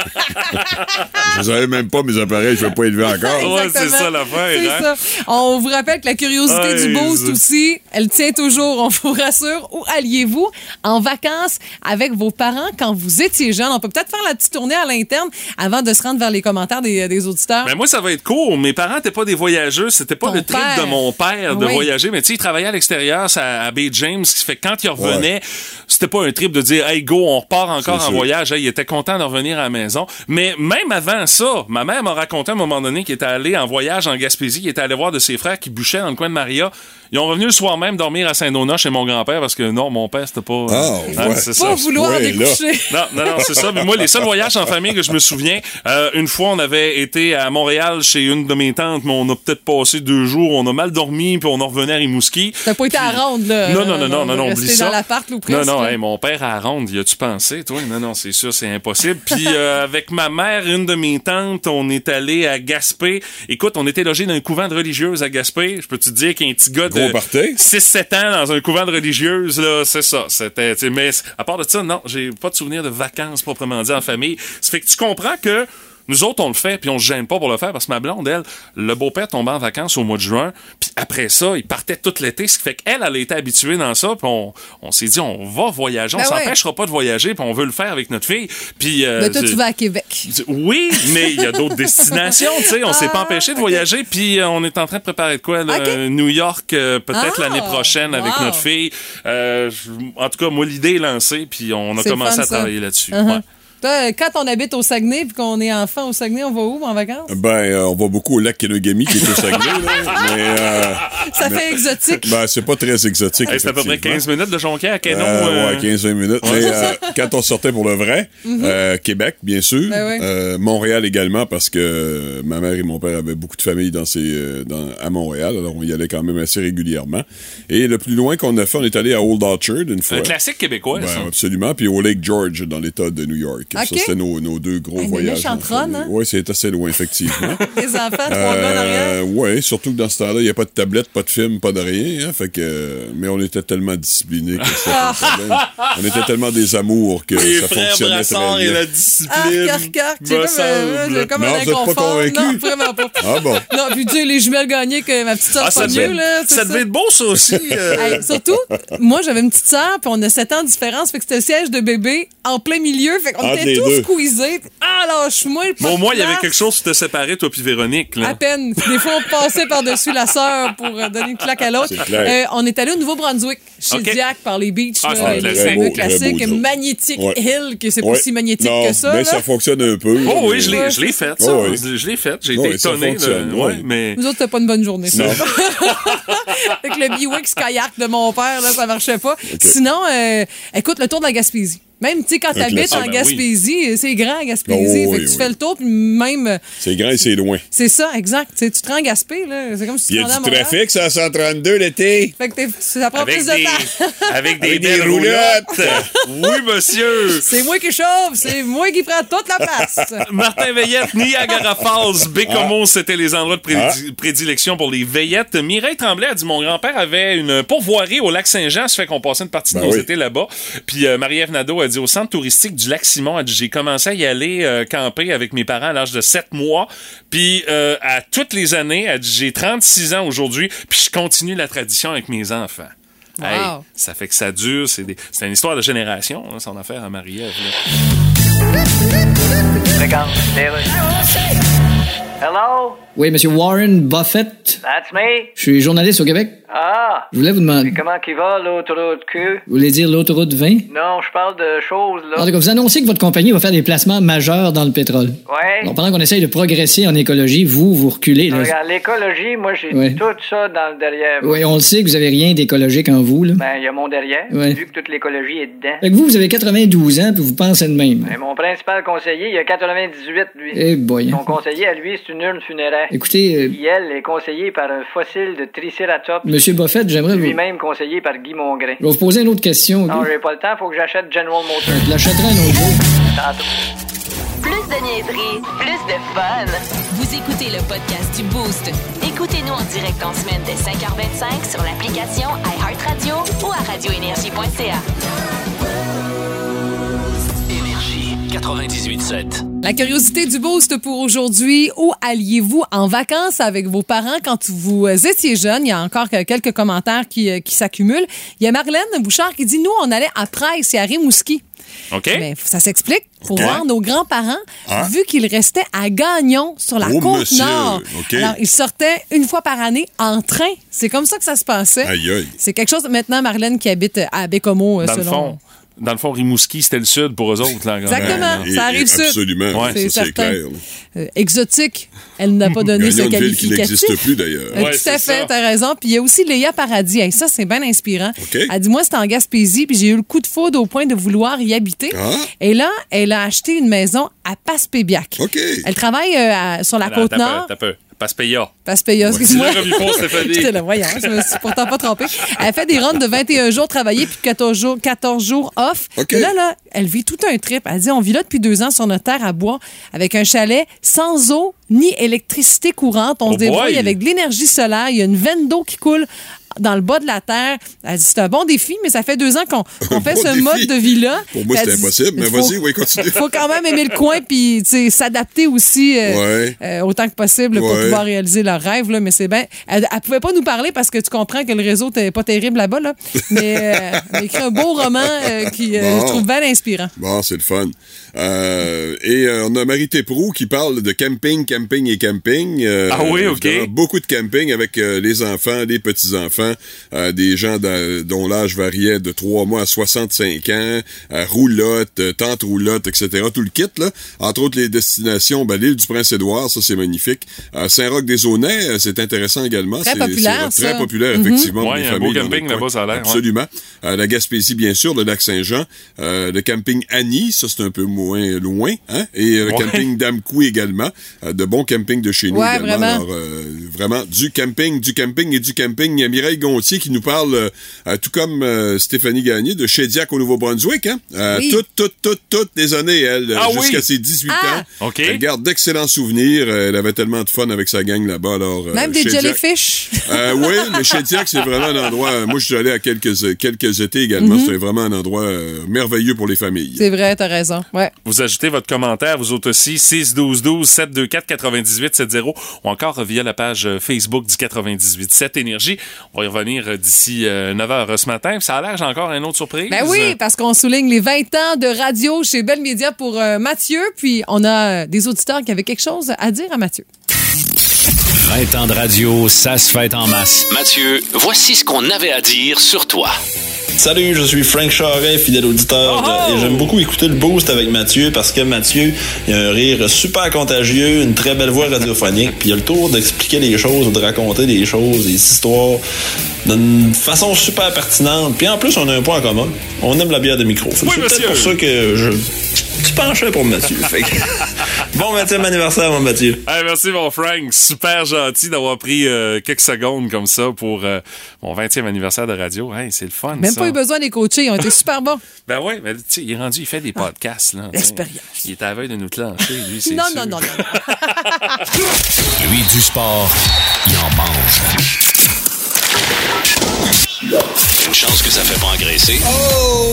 Speaker 12: Je savais même pas mes appareils, je vais pas élever encore.
Speaker 1: Ouais, c'est ça l'affaire.
Speaker 2: C'est
Speaker 1: hein?
Speaker 2: ça. On vous rappelle que la curiosité
Speaker 1: Hey,
Speaker 2: du Boost
Speaker 1: ça.
Speaker 2: aussi, elle tient toujours, on vous rassure. Où alliez-vous en vacances avec vos parents quand vous étiez jeune? On peut peut-être faire la petite tournée à l'interne avant de se rendre vers les commentaires des, des auditeurs.
Speaker 1: Ben moi, ça va être court. Mes parents n'étaient pas des voyageurs. C'était pas
Speaker 2: Ton
Speaker 1: le trip
Speaker 2: père.
Speaker 1: de mon père de
Speaker 2: Oui.
Speaker 1: voyager. Mais tu sais, il travaillait à l'extérieur ça, à Bay James, ce qui fait que quand il revenait, c'était pas un trip de dire « Hey, go, on repart encore
Speaker 12: C'est
Speaker 1: en
Speaker 12: sûr.
Speaker 1: voyage. » Hey, il était content de revenir à la maison. Mais même avant ça, ma mère m'a raconté à un moment donné qu'il était allé en voyage en Gaspésie, qu'il était allé voir de ses frères qui bûchaient dans le coin de Maria. Ils ont revenu le soir même dormir à Saint-Donat chez mon grand-père parce que non, mon père, c'était pas...
Speaker 12: Ah,
Speaker 1: hein,
Speaker 12: ouais.
Speaker 1: c'est
Speaker 2: Pas
Speaker 1: ça.
Speaker 2: vouloir
Speaker 12: Ouais,
Speaker 2: découcher.
Speaker 1: Non, non, non, c'est ça. Mais moi, les seuls voyages en famille que je me souviens, euh, une fois, on avait été à Montréal chez une de mes tantes, mais on a peut-être passé deux jours, on a mal dormi, puis on en revenait à Rimouski.
Speaker 2: T'as pas été à Ronde, là.
Speaker 1: Non, non, non, non, non, non,
Speaker 2: Rester
Speaker 1: oublie ça.
Speaker 2: dans l'appart, ou
Speaker 1: Non,
Speaker 2: presque.
Speaker 1: non,
Speaker 2: là.
Speaker 1: hey, mon père à Ronde, y a-tu pensé, toi? Non, non, c'est sûr, c'est impossible. Puis euh, avec ma mère, une de mes tantes, on est allé à Gaspé. Écoute, on était logé dans un couvent de religieuses à Gaspé. Je peux te dire qu'un petit gars
Speaker 12: Gros
Speaker 1: de
Speaker 12: party.
Speaker 1: six sept ans dans un couvent de religieuses, là, c'est ça. C'était, tu sais, mais à part de ça, non, j'ai pas de souvenir de vacances proprement dit en famille. Ça fait que tu comprends que nous autres, on le fait, puis on se gêne pas pour le faire, parce que ma blonde, elle, le beau-père tombait en vacances au mois de juin, puis après ça, il partait tout l'été, ce qui fait qu'elle, elle a été habituée dans ça, puis on, on s'est dit, on va voyager, on
Speaker 2: Ben ouais.
Speaker 1: s'empêchera pas de voyager, puis on veut le faire avec notre fille. Puis, euh,
Speaker 2: Mais toi,
Speaker 1: je-
Speaker 2: tu vas à Québec.
Speaker 1: oui, mais il y a d'autres destinations, tu sais. On s'est pas empêché de voyager, puis euh, on est en train de préparer de quoi, là,
Speaker 2: Ok.
Speaker 1: euh, New York, euh, peut-être
Speaker 2: Ah,
Speaker 1: l'année prochaine avec
Speaker 2: wow.
Speaker 1: notre fille. Euh, je- en tout cas, moi, l'idée est lancée, puis on a
Speaker 2: C'est
Speaker 1: commencé
Speaker 2: fun,
Speaker 1: à
Speaker 2: ça.
Speaker 1: travailler là-dessus.
Speaker 2: Uh-huh.
Speaker 1: Ouais.
Speaker 2: Toi, quand on habite au Saguenay puis qu'on est enfant au Saguenay, on va où en vacances?
Speaker 12: Ben, euh, on va beaucoup au lac Kenogami, qui est au Saguenay, là. Mais, euh,
Speaker 2: Ça
Speaker 12: mais-
Speaker 2: fait exotique.
Speaker 12: Ben, c'est pas très exotique.
Speaker 1: Hey, c'est à peu près
Speaker 12: effectivement.
Speaker 1: quinze minutes de Jonquière à Canon.
Speaker 12: Euh,
Speaker 1: euh,
Speaker 12: ouais, quinze vingt minutes. Mais euh, quand on sortait pour le vrai, euh, Québec, bien sûr,
Speaker 2: Ben oui.
Speaker 12: euh, Montréal également, parce que euh, ma mère et mon père avaient beaucoup de familles dans ces, euh, dans, à Montréal, alors on y allait quand même assez régulièrement. Et le plus loin qu'on a fait, on est allé à Old Orchard une fois.
Speaker 1: un classique québécois,
Speaker 12: Ben,
Speaker 1: ça.
Speaker 12: absolument. Puis au Lake George, dans l'État de New York.
Speaker 2: Ok.
Speaker 12: Ça, c'était nos, nos deux gros
Speaker 2: Hey, mais
Speaker 12: voyages.
Speaker 2: méchante run, hein?
Speaker 12: Oui, c'est assez loin, effectivement.
Speaker 2: Les enfants, trois gars en arrière.
Speaker 12: Oui, surtout que dans ce temps-là, il n'y a pas de tablette, pas de film, pas de rien. Hein, fait que, euh, mais on était tellement disciplinés que c'était pas un problème. On était tellement des amours que
Speaker 1: Les
Speaker 12: ça
Speaker 1: frères
Speaker 12: fonctionnait
Speaker 1: Brassard
Speaker 12: très
Speaker 1: et
Speaker 12: bien.
Speaker 1: la
Speaker 2: Arc,
Speaker 1: discipline.
Speaker 2: arc, arc. J'ai
Speaker 1: me
Speaker 2: comme, euh,
Speaker 1: semble.
Speaker 2: j'ai comme
Speaker 12: Non,
Speaker 2: un
Speaker 12: vous êtes pas
Speaker 2: inconfort.
Speaker 12: convaincu?
Speaker 2: Non, vraiment pas.
Speaker 12: Ah bon?
Speaker 2: Non, puis tu sais, les jumelles gagnées que ma petite soeur
Speaker 1: Ah, ça
Speaker 2: pas
Speaker 1: devait,
Speaker 2: mieux, là. c'est
Speaker 1: ça devait être beau, ça aussi. euh.
Speaker 2: Hey, surtout, moi, j'avais une petite sœur, puis on a sept ans de différence, fait que c'était le siège de bébé en plein milieu, fait qu'on
Speaker 12: Entre entre
Speaker 2: était
Speaker 12: les
Speaker 2: tout
Speaker 12: deux.
Speaker 2: squeezé. Ah, lâche-moi le
Speaker 1: Bon, au moins, il y avait
Speaker 2: place.
Speaker 1: quelque chose qui te séparait, toi puis Véronique. Là.
Speaker 2: À peine. Des fois, on passait par-dessus la sœur pour euh, donner une claque à l'autre.
Speaker 12: C'est clair.
Speaker 2: Euh, on est allé au Nouveau-Brunswick, chez
Speaker 1: OK.
Speaker 2: Diac, par les beaches,
Speaker 1: Ah,
Speaker 2: là,
Speaker 1: c'est un
Speaker 2: les
Speaker 1: classique.
Speaker 2: fameux
Speaker 12: Beau, très
Speaker 2: classiques.
Speaker 12: beau, ça.
Speaker 2: Magnetic
Speaker 12: Ouais.
Speaker 2: Hill, que c'est
Speaker 12: Ouais.
Speaker 2: pas si magnétique
Speaker 12: non,
Speaker 2: que ça.
Speaker 12: mais
Speaker 2: là.
Speaker 12: ça fonctionne un peu.
Speaker 1: Oh oui,
Speaker 12: mais-
Speaker 1: je l'ai, je l'ai fait, ça.
Speaker 12: Oh oui.
Speaker 1: Je l'ai fait. J'ai
Speaker 12: Oh
Speaker 1: été
Speaker 12: oui, ça
Speaker 1: étonné. là.
Speaker 12: fonctionne,
Speaker 1: Ouais,
Speaker 12: oui.
Speaker 1: mais...
Speaker 2: Nous autres, c'était pas une bonne journée, ça.
Speaker 12: Non.
Speaker 2: Avec le B-Wix kayak de mon père, là, ça marchait pas. Sinon, euh, écoute, le tour de la Gaspésie. Même, tu sais, quand
Speaker 12: Un
Speaker 2: t'habites
Speaker 12: classique.
Speaker 2: en
Speaker 1: Ah, ben
Speaker 2: Gaspésie, c'est grand, Gaspésie.
Speaker 12: Oh,
Speaker 2: fait
Speaker 12: oui,
Speaker 2: que tu
Speaker 12: oui.
Speaker 2: fais le tour, puis même... euh,
Speaker 12: C'est grand et c'est loin.
Speaker 2: C'est ça, exact. Tu sais, tu te rends en Gaspé, là. C'est comme si tu
Speaker 12: Il y
Speaker 2: te
Speaker 12: a
Speaker 2: rendais à
Speaker 12: du
Speaker 2: Montréal.
Speaker 12: trafic, ça, à cent trente-deux l'été.
Speaker 2: Fait que t'es- ça prend
Speaker 1: Avec
Speaker 2: plus
Speaker 1: des,
Speaker 2: de temps.
Speaker 1: avec des
Speaker 12: Avec des
Speaker 1: belles
Speaker 12: roulottes.
Speaker 1: roulottes. Oui, monsieur.
Speaker 2: C'est moi qui chauffe, c'est moi qui prends toute la place.
Speaker 1: Martin Veillette, Niagara Falls, Bécomo, c'était les endroits de prédi-
Speaker 12: Ah.
Speaker 1: prédilection pour les veillettes. Mireille Tremblay a dit, mon grand-père avait une pourvoirie au lac Saint-Jean, ça fait qu'on passait une partie de
Speaker 12: Ben
Speaker 1: nos
Speaker 12: oui.
Speaker 1: étés là-bas. Puis euh, Marie-Ève Nadeau a dit, au centre touristique du lac Simon, elle dit, j'ai commencé à y aller euh, camper avec mes parents à l'âge de sept mois. Puis euh, à toutes les années, elle dit, j'ai trente-six ans aujourd'hui, puis je continue la tradition avec mes enfants.
Speaker 2: Wow.
Speaker 1: Hey, ça fait que ça dure, c'est, des, c'est une histoire de génération, hein, son affaire à Marie-Ève. là.
Speaker 6: Regarde, les rues. Hello?
Speaker 7: Oui, Monsieur Warren Buffett.
Speaker 6: That's me?
Speaker 7: Je suis journaliste au Québec.
Speaker 6: Ah!
Speaker 7: Je voulais vous demander.
Speaker 6: Et comment qu'il va, l'autoroute Q?
Speaker 7: Vous voulez dire l'autoroute vingt?
Speaker 6: Non, je parle de choses,
Speaker 7: En
Speaker 6: là.
Speaker 7: tout cas, vous annoncez que votre compagnie va faire des placements majeurs dans le pétrole.
Speaker 6: Ouais?
Speaker 7: Donc, pendant qu'on essaye de progresser en écologie, vous, vous reculez. Là.
Speaker 6: Regarde, l'écologie, moi, j'ai
Speaker 7: Ouais.
Speaker 6: tout ça dans le derrière.
Speaker 7: Oui, on le sait que vous avez rien d'écologique en vous. Là.
Speaker 6: Ben, il y a mon derrière,
Speaker 7: Ouais.
Speaker 6: vu que toute l'écologie est dedans.
Speaker 7: Fait que vous, vous avez quatre-vingt-douze ans, puis vous pensez de même.
Speaker 6: Ben, mon principal conseiller, il a quatre-vingt-dix-huit, lui.
Speaker 7: Eh boy.
Speaker 6: Son conseiller, à lui, c'est une urne funéraire.
Speaker 7: Écoutez, euh,
Speaker 6: Qui, elle, est conseillée par un fossile de Triceratops,
Speaker 7: Monsieur Buffett, j'aimerais vous...
Speaker 6: lui-même conseillé par Guy Mongrain.
Speaker 7: Je vais vous poser une autre question.
Speaker 6: Non,
Speaker 7: ok?
Speaker 6: j'ai pas le temps, faut que j'achète General Motors.
Speaker 7: Je l'achèterai un autre jour.
Speaker 6: Tantôt.
Speaker 3: Plus de niaiserie, plus de fun. Vous écoutez le podcast du Boost. Écoutez-nous en direct en semaine dès cinq heures vingt-cinq sur l'application iHeartRadio ou à radio énergie point c a.
Speaker 4: Énergie quatre-vingt-dix-huit sept.
Speaker 2: La curiosité du Boost pour aujourd'hui. Où alliez-vous en vacances avec vos parents quand vous étiez jeunes? Il y a encore quelques commentaires qui, qui s'accumulent. Il y a Marlène Bouchard qui dit, nous, on allait à Price et à Rimouski.
Speaker 1: OK?
Speaker 2: Mais ça s'explique. Pour
Speaker 12: OK.
Speaker 2: voir nos grands-parents,
Speaker 12: Ah.
Speaker 2: vu qu'ils restaient à Gagnon, sur la
Speaker 12: Oh,
Speaker 2: côte
Speaker 12: monsieur.
Speaker 2: nord.
Speaker 12: OK.
Speaker 2: Alors, ils sortaient une fois par année en train. C'est comme ça que ça se passait.
Speaker 12: Aïe, aïe.
Speaker 2: C'est quelque chose, maintenant, Marlène qui habite à Bécomo, euh,
Speaker 1: Dans le
Speaker 2: selon...
Speaker 1: fond. Dans le fond, Rimouski, c'était le sud pour eux autres. Là,
Speaker 2: Exactement.
Speaker 12: Et-
Speaker 2: ça arrive
Speaker 12: et
Speaker 2: sud.
Speaker 12: Absolument.
Speaker 1: Ouais.
Speaker 12: Ça,
Speaker 2: C'est
Speaker 12: c'est
Speaker 2: certain.
Speaker 12: clair. là.
Speaker 2: Euh, exotique, elle n'a pas donné ce
Speaker 12: Gagnon de ville qui
Speaker 2: qualificatif.
Speaker 12: n'existe plus, d'ailleurs.
Speaker 2: Euh,
Speaker 1: Ouais,
Speaker 2: tout
Speaker 1: c'est
Speaker 2: à fait,
Speaker 1: ça.
Speaker 2: t'as raison. Puis il y a aussi Léa Paradis. Hey, ça, c'est bien inspirant.
Speaker 12: OK.
Speaker 2: Elle dit, moi, c'était en Gaspésie, puis j'ai eu le coup de foudre au point de vouloir y habiter.
Speaker 12: Ah.
Speaker 2: Et là, elle a acheté une maison à Passepébiac.
Speaker 12: OK.
Speaker 2: Elle travaille euh, à- sur la
Speaker 1: Alors,
Speaker 2: côte
Speaker 1: t'as peu,
Speaker 2: nord.
Speaker 1: t'as peu. Passepéia.
Speaker 2: Passepéa, excuse-moi.
Speaker 1: Dis-le comme il faut, Stéphanie.
Speaker 2: J'étais là, voyons, je me suis pourtant pas trompée. Elle fait des runs de vingt et un jours travaillés puis quatorze jours, quatorze jours off.
Speaker 12: OK.
Speaker 2: Et là, là, elle vit tout un trip. Elle dit, on vit là depuis deux ans sur notre terre à bois avec un chalet sans eau ni électricité courante. On
Speaker 1: Oh
Speaker 2: se débrouille
Speaker 1: boy.
Speaker 2: avec de l'énergie solaire. Il y a une veine d'eau qui coule dans le bas de la terre. Elle dit, c'est un bon défi, mais ça fait deux ans qu'on qu'on fait
Speaker 12: bon
Speaker 2: ce
Speaker 12: défi.
Speaker 2: mode de vie-là.
Speaker 12: Pour moi,
Speaker 2: Elle
Speaker 12: c'est
Speaker 2: dit,
Speaker 12: impossible, mais
Speaker 2: faut-
Speaker 12: vas-y, oui, continue.
Speaker 2: Il faut quand même aimer le coin puis tu sais, s'adapter aussi euh,
Speaker 12: Ouais.
Speaker 2: euh, autant que possible pour
Speaker 12: Ouais.
Speaker 2: pouvoir réaliser leur rêve. Là, mais c'est bien. Elle, elle pouvait pas nous parler parce que tu comprends que le réseau n'est pas terrible là-bas. Là. Mais euh, elle a écrit un beau roman euh, qui, euh,
Speaker 12: Bon.
Speaker 2: je trouve bien inspirant.
Speaker 12: Bon, c'est le fun. Euh, et euh, on a Marie Téproux qui parle de camping, camping et camping. Euh,
Speaker 1: Ah oui, OK.
Speaker 12: évidemment, beaucoup de camping avec euh, les enfants, les petits-enfants, euh, des gens d'a- dont l'âge variait de trois mois à soixante-cinq ans, euh, roulotte, euh, tente roulotte, et cetera. Tout le kit, là. Entre autres, les destinations, ben, l'île du Prince-Édouard, ça, c'est magnifique. Euh, Saint-Roch-des-Aunais, euh, c'est intéressant également.
Speaker 2: Très
Speaker 12: C'est-
Speaker 2: populaire,
Speaker 12: c'est Très
Speaker 2: ça.
Speaker 12: populaire,
Speaker 2: Mhm.
Speaker 12: effectivement. pour
Speaker 1: Ouais,
Speaker 12: les
Speaker 1: un beau
Speaker 12: familles dans
Speaker 1: camping
Speaker 12: le coin.
Speaker 1: là-bas, ça a l'air, ouais.
Speaker 12: Absolument. Euh, la Gaspésie, bien sûr, le lac Saint-Jean, euh, le camping Annie, ça c'est un peu moins loin, hein? Et euh, le
Speaker 1: Ouais.
Speaker 12: camping d'Amkoui également, euh, de bons campings de chez nous
Speaker 2: Ouais,
Speaker 12: également.
Speaker 2: vraiment.
Speaker 12: Alors, euh, vraiment du camping, du camping et du camping. Il y a Mireille Gontier qui nous parle, euh, euh, tout comme euh, Stéphanie Gagné, de Shediac au Nouveau-Brunswick, hein? Euh,
Speaker 2: Oui.
Speaker 12: Toutes, toutes, toutes, toutes les années, elle,
Speaker 1: Ah
Speaker 12: jusqu'à
Speaker 1: oui?
Speaker 12: ses dix-huit
Speaker 2: Ah!
Speaker 12: ans.
Speaker 1: OK.
Speaker 12: Elle garde d'excellents souvenirs. Euh, Elle avait tellement de fun avec sa gang là-bas. Alors, euh,
Speaker 2: Même des
Speaker 12: Shediac-
Speaker 2: jellyfish.
Speaker 12: euh, oui, mais Shediac, c'est vraiment un endroit. euh, Moi, je suis allé à quelques, quelques étés également.
Speaker 2: Mhm.
Speaker 12: C'est vraiment un endroit euh, merveilleux pour les familles.
Speaker 2: C'est vrai, t'as raison. Ouais.
Speaker 1: Vous ajoutez votre commentaire, vous autres aussi, six douze douze sept deux quatre quatre-vingt-dix-huit soixante ou encore via la page Facebook du quatre-vingt-dix-huit sept Énergie. On va On va y revenir d'ici euh, neuf heures ce matin. Puis ça a l'air, j'ai encore une autre surprise.
Speaker 2: Ben oui, parce qu'on souligne les vingt ans de radio chez Bell Media pour euh, Mathieu. Puis on a des auditeurs qui avaient quelque chose à dire à Mathieu.
Speaker 11: vingt ans de radio, ça se fête en masse.
Speaker 4: Mathieu, voici ce qu'on avait à dire sur toi.
Speaker 13: Salut, je suis Frank Charret, fidèle auditeur, oh! et j'aime beaucoup écouter le Boost avec Mathieu parce que Mathieu, il a un rire super contagieux, une très belle voix radiophonique, puis il a le tour d'expliquer les choses, de raconter des choses, des histoires d'une façon super pertinente. Puis en plus, on a un point en commun. On aime la bière de micro.
Speaker 1: Oui,
Speaker 13: c'est
Speaker 1: monsieur.
Speaker 13: peut-être pour ça que je... Tu penchais pour Mathieu. Fait que... Bon vingtième anniversaire, mon Mathieu.
Speaker 1: Hey, merci, mon Frank. Super gentil d'avoir pris euh, quelques secondes comme ça pour euh, mon vingtième anniversaire de radio. Hey, c'est le fun,
Speaker 2: Même
Speaker 1: ça.
Speaker 2: pas eu besoin des coachés. Ils ont été super bons.
Speaker 1: Ben oui, mais tu sais, il est rendu, il fait des podcasts. Là,
Speaker 2: L'expérience.
Speaker 1: Il est à la veille de nous clencher, lui, c'est
Speaker 2: non,
Speaker 1: sûr.
Speaker 2: non, non, non,
Speaker 11: Lui, du sport, il en mange.
Speaker 4: Une chance que ça fait pas engraisser.
Speaker 5: Oh!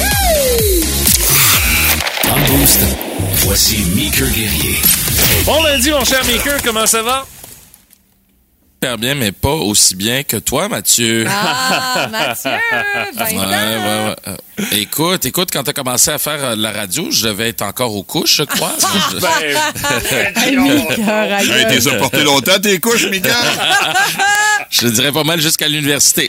Speaker 11: Dans le Boost, voici Meeker Guerrier.
Speaker 1: Bon lundi, mon cher Meeker, comment ça va?
Speaker 14: Super bien, mais pas aussi bien que toi, Mathieu.
Speaker 2: Ah, Mathieu, vingt
Speaker 14: Ouais,
Speaker 2: ans.
Speaker 14: ouais, ouais. Euh, Écoute, écoute, quand t'as commencé à faire euh, la radio, je devais être encore aux couches, je crois.
Speaker 2: Hey, Meeker, aïe.
Speaker 12: Hey, t'es porté longtemps, tes couches, Mika?
Speaker 14: Je dirais pas mal jusqu'à l'université.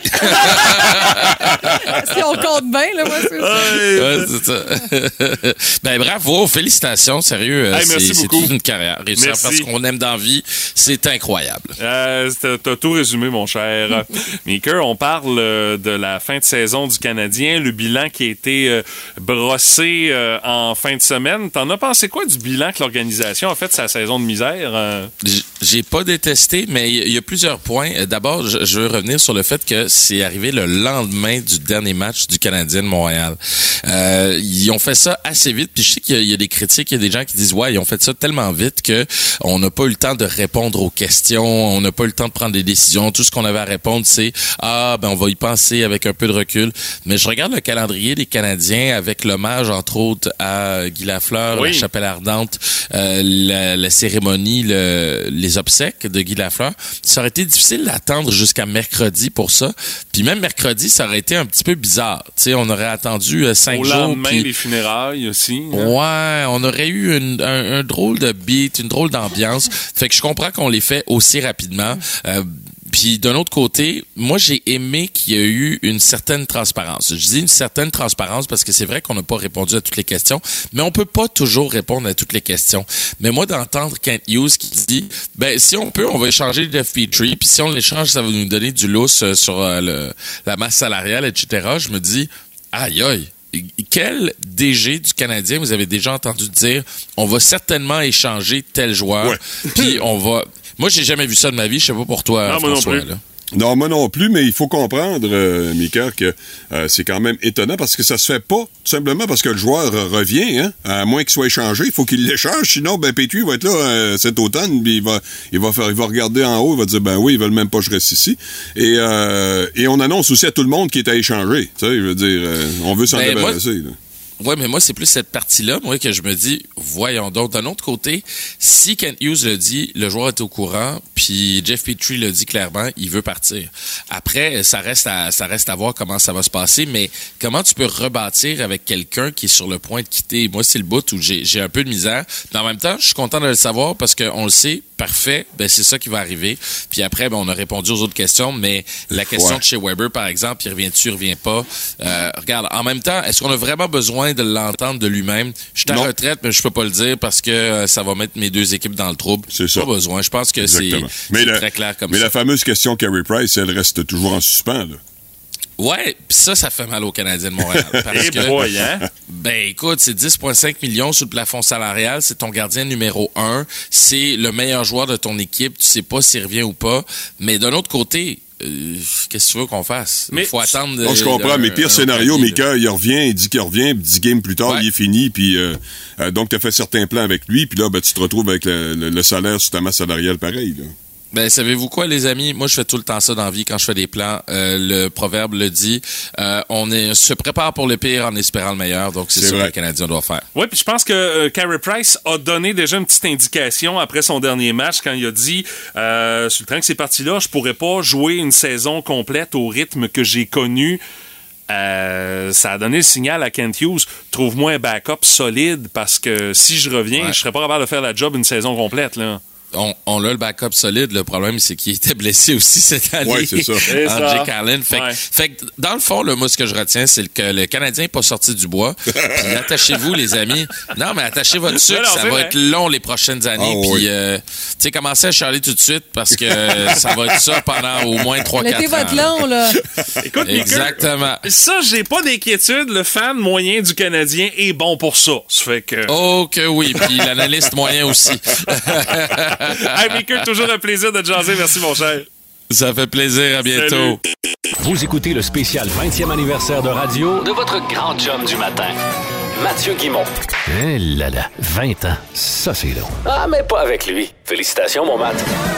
Speaker 2: Si on compte bien, là, moi, c'est ça.
Speaker 14: Ouais, c'est ça. Ben bravo, félicitations, sérieux.
Speaker 1: Hey,
Speaker 14: c'est,
Speaker 1: merci
Speaker 14: c'est
Speaker 1: beaucoup.
Speaker 14: toute une carrière. Réussir
Speaker 1: Merci.
Speaker 14: à faire ce qu'on aime dans la vie, c'est incroyable.
Speaker 1: Euh, t'as, t'as tout résumé, mon cher. Meeker, on parle euh, de la fin de saison du Canadien, le bilan qui a été euh, brossé euh, en fin de semaine. T'en as pensé quoi du bilan que l'organisation a fait de sa saison de misère? Euh?
Speaker 14: J- J'ai pas détesté, mais il y, y a plusieurs points. Euh, D'abord, je, je veux revenir sur le fait que c'est arrivé le lendemain du dernier match du Canadien de Montréal. Euh, ils ont fait ça assez vite, puis je sais qu'il y, y a des critiques, il y a des gens qui disent ouais, ils ont fait ça tellement vite que on n'a pas eu le temps de répondre aux questions, on n'a pas eu le temps de prendre des décisions. Tout ce qu'on avait à répondre, c'est ah ben on va y penser avec un peu de recul. Mais je regarde le calendrier des Canadiens avec l'hommage entre autres à Guy Lafleur,
Speaker 1: Oui.
Speaker 14: la Chapelle Ardente, euh, la, la cérémonie, le, les obsèques de Guy Lafleur. Ça aurait été difficile d'attendre jusqu'à mercredi pour ça. Puis même mercredi, ça aurait été un petit peu bizarre. Tu sais, on aurait attendu euh, cinq
Speaker 1: Au
Speaker 14: jours.
Speaker 1: lendemain,
Speaker 14: puis-
Speaker 1: les funérailles aussi. hein?
Speaker 14: Ouais, on aurait eu une- un, un drôle de beat, une drôle d'ambiance. Fait que je comprends qu'on les fait aussi rapidement. Euh, Puis d'un autre côté, moi j'ai aimé qu'il y a eu une certaine transparence. Je dis une certaine transparence parce que c'est vrai qu'on n'a pas répondu à toutes les questions, mais on peut pas toujours répondre à toutes les questions. Mais moi d'entendre Kent Hughes qui dit, ben si on peut, on va échanger Jeff Petrie, puis si on l'échange, ça va nous donner du lousse euh, sur euh, le, la masse salariale, et cetera. Je me dis, aïe aïe. Quel D G du Canadien vous avez déjà entendu dire on va certainement échanger tel joueur,
Speaker 12: Ouais.
Speaker 14: puis on va... Moi, j'ai jamais vu ça de ma vie. Je sais pas pour toi,
Speaker 1: Non, moi non
Speaker 14: François.
Speaker 1: plus.
Speaker 14: Là.
Speaker 12: Non, moi non plus, mais il faut comprendre, euh, Mika, que euh, c'est quand même étonnant parce que ça se fait pas tout simplement parce que le joueur euh, revient, hein, à moins qu'il soit échangé, il faut qu'il l'échange, sinon ben Petrie va être là euh, cet automne, puis il va il va faire il va regarder en haut, il va dire ben oui, ils veulent même pas que je reste ici. Et euh, et on annonce aussi à tout le monde qui est à échanger, tu sais, je veux dire euh, on veut s'en
Speaker 14: Ben, moi-
Speaker 12: débarrasser. Là.
Speaker 14: Ouais, mais moi, c'est plus cette partie-là, moi, que je me dis, voyons donc. D'un autre côté, si Kent Hughes le dit, le joueur est au courant, puis Jeff Petrie le dit clairement, il veut partir. Après, ça reste à, ça reste à voir comment ça va se passer, mais comment tu peux rebâtir avec quelqu'un qui est sur le point de quitter? Moi, c'est le bout où j'ai, j'ai un peu de misère. Mais en même temps, je suis content de le savoir parce qu'on le sait, parfait, ben c'est ça qui va arriver. Puis après, ben on a répondu aux autres questions, mais la question
Speaker 12: Ouais.
Speaker 14: de chez Weber, par exemple, il revient-tu, il revient pas. Euh, regarde, en même temps, est-ce qu'on a vraiment besoin de l'entendre de lui-même? Je suis à
Speaker 12: Non.
Speaker 14: retraite, mais je peux pas le dire parce que euh, ça va mettre mes deux équipes dans le trouble.
Speaker 12: C'est ça.
Speaker 14: Pas besoin. Je pense que c'est,
Speaker 12: Exactement.
Speaker 14: c'est
Speaker 12: Mais, la,
Speaker 14: très clair comme
Speaker 12: mais
Speaker 14: ça.
Speaker 12: la fameuse question Carey Price, elle reste toujours en suspens. Là.
Speaker 14: Ouais, pis ça, ça fait mal aux Canadiens de Montréal. Parce
Speaker 1: Eh
Speaker 14: que,
Speaker 1: boy, hein?
Speaker 14: ben écoute, c'est dix virgule cinq millions sur le plafond salarial, c'est ton gardien numéro un, c'est le meilleur joueur de ton équipe, tu sais pas s'il revient ou pas, mais d'un autre côté, euh, qu'est-ce que tu veux qu'on fasse? Il
Speaker 1: Mais-
Speaker 14: faut attendre...
Speaker 12: Donc, je
Speaker 14: euh,
Speaker 12: comprends,
Speaker 14: un-
Speaker 12: mais
Speaker 14: un
Speaker 12: pire
Speaker 14: autre
Speaker 12: scénario,
Speaker 14: avis, là.
Speaker 12: Mika, il revient, il dit qu'il revient, puis dix games plus tard,
Speaker 14: Ouais.
Speaker 12: il est fini, puis euh, euh, donc tu as fait certains plans avec lui, puis là, ben, tu te retrouves avec le, le- le salaire sur ta masse salariale pareil. Là.
Speaker 14: Ben, savez-vous quoi, les amis? Moi, je fais tout le temps ça dans la vie quand je fais des plans. Euh, le proverbe le dit. Euh, on est, se prépare pour le pire en espérant le meilleur. Donc, c'est, c'est ça vrai. que le Canadien doit faire.
Speaker 1: Oui, puis je pense que euh, Carey Price a donné déjà une petite indication après son dernier match quand il a dit euh, sur le train que c'est parti là, je pourrais pas jouer une saison complète au rythme que j'ai connu. Euh, ça a donné le signal à Kent Hughes, trouve-moi un backup solide parce que si je reviens, ouais. je serais pas capable de faire la job une saison complète, là.
Speaker 14: On, on a le backup solide. Le problème, c'est qu'il était blessé aussi cette année.
Speaker 12: Oui, c'est ça.
Speaker 14: C'est ça. Jake Allen. Fait, ouais. fait que, dans le fond, là, moi, ce que je retiens, c'est que le Canadien n'est pas sorti du bois. Puis attachez-vous, les amis. Non, mais attachez votre sucre. Alors, ça va vrai. être long les prochaines années. Oh, puis, oui. euh, tu sais, commencez à chialer tout de suite parce que ça va être ça pendant au moins trois quatre ans.
Speaker 2: Mettez votre long, là.
Speaker 1: Écoute,
Speaker 14: exactement.
Speaker 1: Nicolas, ça, j'ai pas d'inquiétude. Le fan moyen du Canadien est bon pour ça. Ça fait que...
Speaker 14: Oh que oui. Puis l'analyste moyen aussi.
Speaker 1: Hey, Maker, toujours un plaisir de te jaser. Merci, mon cher.
Speaker 14: Ça fait plaisir. À bientôt.
Speaker 11: Salut. Vous écoutez le spécial vingtième anniversaire de radio
Speaker 4: de votre grand chum du matin, Mathieu Guimont.
Speaker 11: Eh là là, vingt ans, ça c'est long.
Speaker 4: Ah, mais pas avec lui. Félicitations, mon Matt.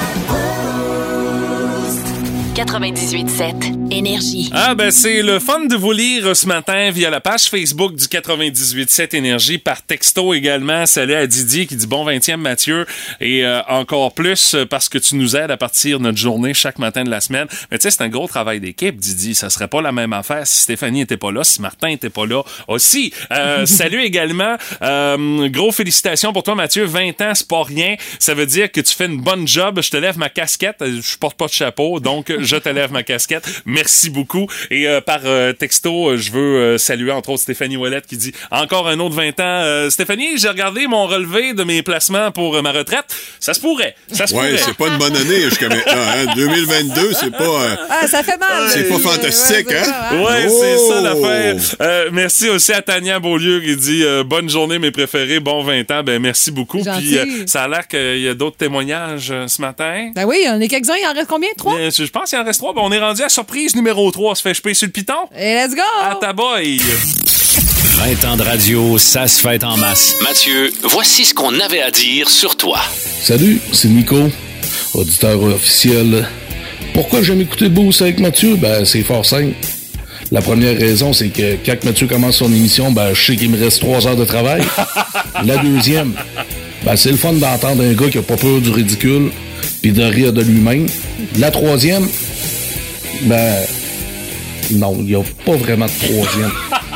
Speaker 3: quatre-vingt-dix-huit sept Énergie.
Speaker 1: Ah ben c'est le fun de vous lire ce matin via la page Facebook du quatre-vingt-dix-huit sept Énergie, par texto également. Salut à Didier qui dit bon vingtième Mathieu, et euh, encore plus parce que tu nous aides à partir notre journée chaque matin de la semaine. Mais tu sais, c'est un gros travail d'équipe, Didier. Ça serait pas la même affaire si Stéphanie était pas là, si Martin était pas là aussi. Euh, salut également. Euh, gros félicitations pour toi Mathieu, vingt ans, c'est pas rien. Ça veut dire que tu fais une bonne job. Je te lève ma casquette. Je porte pas de chapeau, donc je te lève ma casquette. Merci beaucoup. Et euh, par euh, texto, je veux euh, saluer entre autres Stéphanie Ouellette qui dit encore un autre vingt ans. Euh, Stéphanie, j'ai regardé mon relevé de mes placements pour euh, ma retraite. Ça se pourrait. Ça se
Speaker 12: ouais,
Speaker 1: pourrait.
Speaker 12: C'est pas une bonne année jusqu'à maintenant. Hein? deux mille vingt-deux, c'est pas... Euh,
Speaker 2: ah, ça fait mal.
Speaker 12: C'est pas fantastique,
Speaker 2: ouais,
Speaker 12: hein?
Speaker 1: Ouais,
Speaker 12: oh!
Speaker 1: c'est ça l'affaire. Euh, merci aussi à Tania Beaulieu qui dit euh, bonne journée, mes préférés, bon vingt ans. Ben merci beaucoup. Puis euh, ça a l'air qu'il y a d'autres témoignages euh, ce matin.
Speaker 2: Ben oui, on est quelques-uns. Il en reste combien? Trois?
Speaker 1: Euh, je pense qu'il en reste trois. Ben, on est rendu à surprise numéro trois. Se fait choper sur le piton.
Speaker 2: Et let's go!
Speaker 1: À ta boy!
Speaker 11: vingt ans de radio, ça se fête en masse.
Speaker 4: Mathieu, voici ce qu'on avait à dire sur toi.
Speaker 15: Salut, c'est Nico, auditeur officiel. Pourquoi j'aime écouter le Boost avec Mathieu? Ben, c'est fort simple. La première raison, c'est que quand Mathieu commence son émission, ben, je sais qu'il me reste trois heures de travail. La deuxième, ben, c'est le fun d'entendre un gars qui a pas peur du ridicule puis de rire de lui-même. La troisième, ben, non, il n'y a pas vraiment de troisième.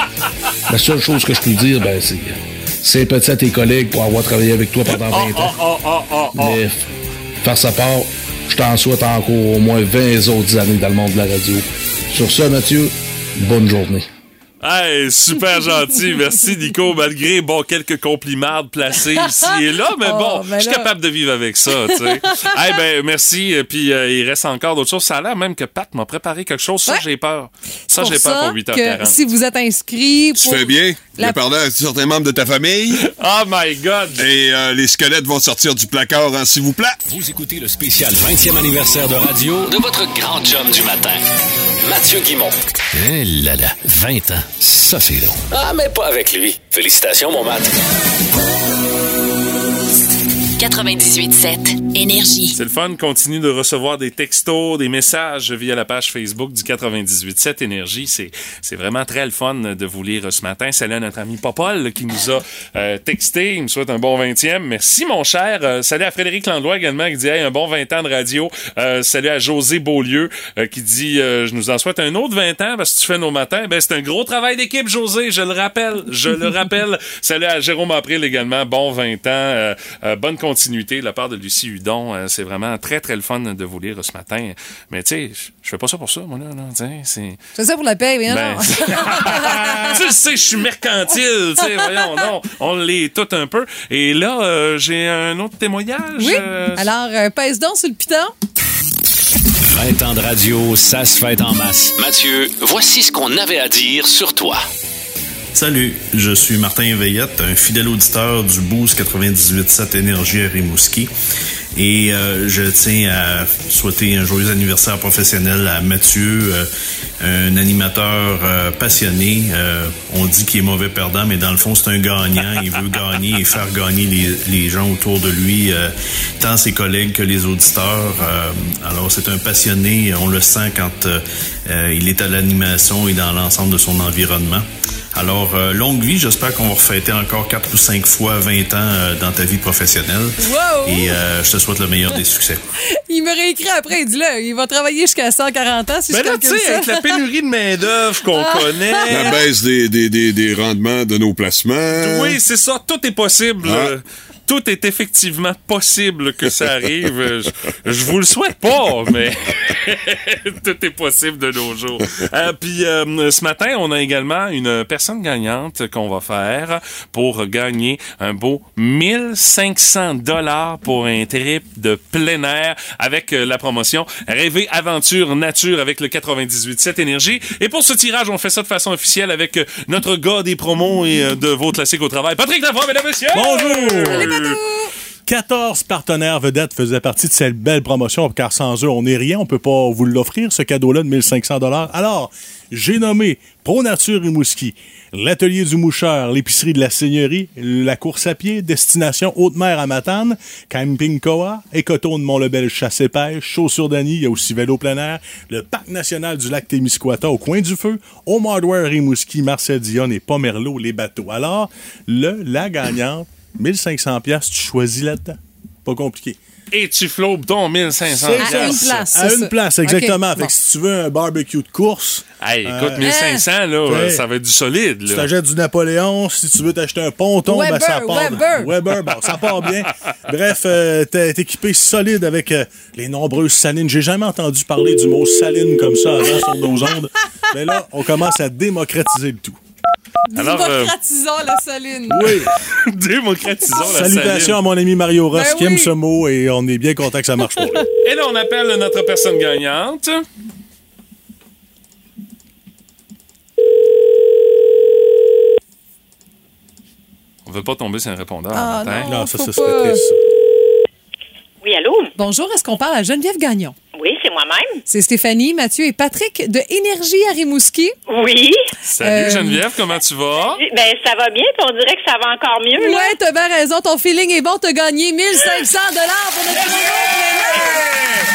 Speaker 15: La seule chose que je peux dire, ben, c'est sympathie à tes collègues pour avoir travaillé avec toi pendant vingt ans.
Speaker 1: Oh, oh, oh, oh, oh.
Speaker 15: Mais, faire sa part, je t'en souhaite encore au moins vingt autres années dans le monde de la radio. Sur ça, Mathieu, bonne journée.
Speaker 1: Hey, super gentil. Merci, Nico. Malgré, bon, quelques compliments placés ici et là, mais bon, oh, ben je suis capable de vivre avec ça, tu sais. Hey, ben, merci. Puis, euh, il reste encore d'autres choses. Ça a l'air même que Pat m'a préparé quelque chose. Ça, ouais. j'ai peur. Ça, j'ai peur pour huit heures quarante.
Speaker 2: Si vous êtes inscrit
Speaker 12: Tu
Speaker 2: pour...
Speaker 12: fais bien.
Speaker 2: La...
Speaker 12: Je vais parler à certains membres de ta famille.
Speaker 1: Oh my God.
Speaker 12: Et euh, les squelettes vont sortir du placard, hein, s'il vous plaît.
Speaker 11: Vous écoutez le spécial vingtième anniversaire de radio
Speaker 4: de votre grand chum du matin, Mathieu Guimont.
Speaker 11: Eh là là, vingt ans, ça c'est long.
Speaker 4: Ah, mais pas avec lui. Félicitations, mon Matt.
Speaker 3: quatre-vingt-dix-huit sept Énergie.
Speaker 1: C'est le fun. Continue de recevoir des textos, des messages via la page Facebook du quatre-vingt-dix-huit sept Énergie. C'est, c'est vraiment très le fun de vous lire ce matin. Salut à notre ami Popol qui nous a euh, texté. Il me souhaite un bon vingtième. Merci, mon cher. Euh, salut à Frédéric Landlois également qui dit hey, un bon vingt ans de radio. Euh, salut à José Beaulieu euh, qui dit euh, je nous en souhaite un autre vingt ans parce que tu fais nos matins. Ben, c'est un gros travail d'équipe, José. Je le rappelle. Je le rappelle. Salut à Jérôme April également. Bon vingt ans. Euh, euh, bonne continuité de la part de Lucie Hudon. Euh, c'est vraiment très, très le fun de vous lire ce matin. Mais tu sais, je fais pas ça pour ça, moi, là. là c'est...
Speaker 2: c'est ça pour la paye, bien
Speaker 1: ben, tu sais, je suis mercantile, tu sais, voyons, non. On l'est tout un peu. Et là, euh, j'ai un autre témoignage.
Speaker 2: Oui.
Speaker 1: Euh...
Speaker 2: Alors, euh, pèse donc sur le piton.
Speaker 11: vingt ans de radio, ça se fête en masse.
Speaker 4: Mathieu, voici ce qu'on avait à dire sur toi.
Speaker 16: Salut, je suis Martin Veillette, un fidèle auditeur du Boost quatre-vingt-dix-huit sept Énergie à Rimouski. Et euh, je tiens à souhaiter un joyeux anniversaire professionnel à Mathieu, euh, un animateur euh, passionné. Euh, on dit qu'il est mauvais perdant, mais dans le fond, c'est un gagnant. Il veut gagner et faire gagner les, les gens autour de lui, euh, tant ses collègues que les auditeurs. Euh, alors, c'est un passionné. On le sent quand euh, il est à l'animation et dans l'ensemble de son environnement. Alors, euh, longue vie, j'espère qu'on va refêter encore quatre ou cinq fois vingt ans euh, dans ta vie professionnelle.
Speaker 2: Wow!
Speaker 16: Et euh, je te souhaite le meilleur des succès.
Speaker 2: Il me réécrit après, il dit là, il va travailler jusqu'à cent quarante ans, si
Speaker 1: ben
Speaker 2: je
Speaker 1: là, tu
Speaker 2: calcule
Speaker 1: sais,
Speaker 2: ça.
Speaker 1: avec la pénurie de main-d'œuvre qu'on
Speaker 2: Ah.
Speaker 1: connaît.
Speaker 12: La baisse des, des, des, des rendements de nos placements.
Speaker 1: Oui, c'est ça, tout est possible.
Speaker 12: Ah.
Speaker 1: Tout est effectivement possible que ça arrive. Je, je vous le souhaite pas, mais tout est possible de nos jours. Euh, Puis euh, ce matin, on a également une personne gagnante qu'on va faire pour gagner un beau mille cinq cents dollars pour un trip de plein air avec euh, la promotion Rêver Aventure Nature avec le quatre-vingt-dix-huit sept Énergie. Et pour ce tirage, on fait ça de façon officielle avec euh, notre gars des promos et euh, de vos classiques au travail, Patrick Lavoie, mesdames et messieurs!
Speaker 17: Bonjour! quatorze partenaires vedettes faisaient partie de cette belle promotion, car sans eux, on n'est rien. On peut pas vous l'offrir, ce cadeau-là de mille cinq cents dollars. Alors, j'ai nommé Pro Nature Rimouski, l'Atelier du Moucheur, l'Épicerie de la Seigneurie, la course à pied, Destination Haute-Mer à Matane, Camping Koa, Écoton de Mont-Lebel Chasse et Pêche, Chaussures d'Annie, il y a aussi Vélo plein air, le Parc national du lac Témiscouata au coin du feu, Home Hardware Rimouski, Marcel Dionne et Pomerleau, les bateaux. Alors, le, la gagnante, mille cinq cents dollars, tu choisis là-dedans. Pas compliqué.
Speaker 1: Et tu flopes ton mille cinq cents
Speaker 17: C'est
Speaker 2: à une place.
Speaker 17: À
Speaker 2: c'est
Speaker 17: une
Speaker 2: ça.
Speaker 17: place, exactement.
Speaker 2: Okay,
Speaker 17: Fait
Speaker 2: bon.
Speaker 17: que si tu veux un barbecue de course...
Speaker 1: Hey, écoute,
Speaker 17: euh,
Speaker 1: mille cinq cents, là,
Speaker 17: ouais.
Speaker 1: ça va être du solide,
Speaker 17: Tu
Speaker 1: là.
Speaker 17: t'achètes du Napoléon, si tu veux t'acheter un ponton,
Speaker 2: Weber,
Speaker 17: ben ça part.
Speaker 2: Weber.
Speaker 17: Weber, bon, ça part bien. Bref, euh, t'es t'es équipé solide avec euh, les nombreuses salines. J'ai jamais entendu parler du mot saline comme ça avant sur nos ondes. Mais là, on commence à démocratiser le tout.
Speaker 1: Alors, euh,
Speaker 2: Démocratisons la saline.
Speaker 17: Oui.
Speaker 1: Démocratisons la saline.
Speaker 17: Salutations à mon ami Mario Ross
Speaker 2: Ben
Speaker 17: qui
Speaker 2: oui.
Speaker 17: aime ce mot et on est bien content que ça marche pour lui.
Speaker 1: Et là, on appelle notre personne gagnante. On veut pas tomber sur un répondeur
Speaker 2: Ah,
Speaker 1: en matin.
Speaker 2: non.
Speaker 17: Non, ça,
Speaker 2: faut
Speaker 17: ça serait
Speaker 2: pas.
Speaker 17: triste. ça.
Speaker 18: Oui, allô?
Speaker 2: Bonjour, est-ce qu'on parle à Geneviève Gagnon?
Speaker 18: Oui, c'est moi-même.
Speaker 2: C'est Stéphanie, Mathieu et Patrick de Énergie à Rimouski.
Speaker 18: Oui.
Speaker 1: Salut
Speaker 2: Euh,
Speaker 1: Geneviève, comment tu vas?
Speaker 18: Ben, ça va bien, puis on dirait que ça va encore mieux, là.
Speaker 2: Ouais, t'as bien raison, ton feeling est bon, t'as gagné mille cinq cents dollars pour notre promo.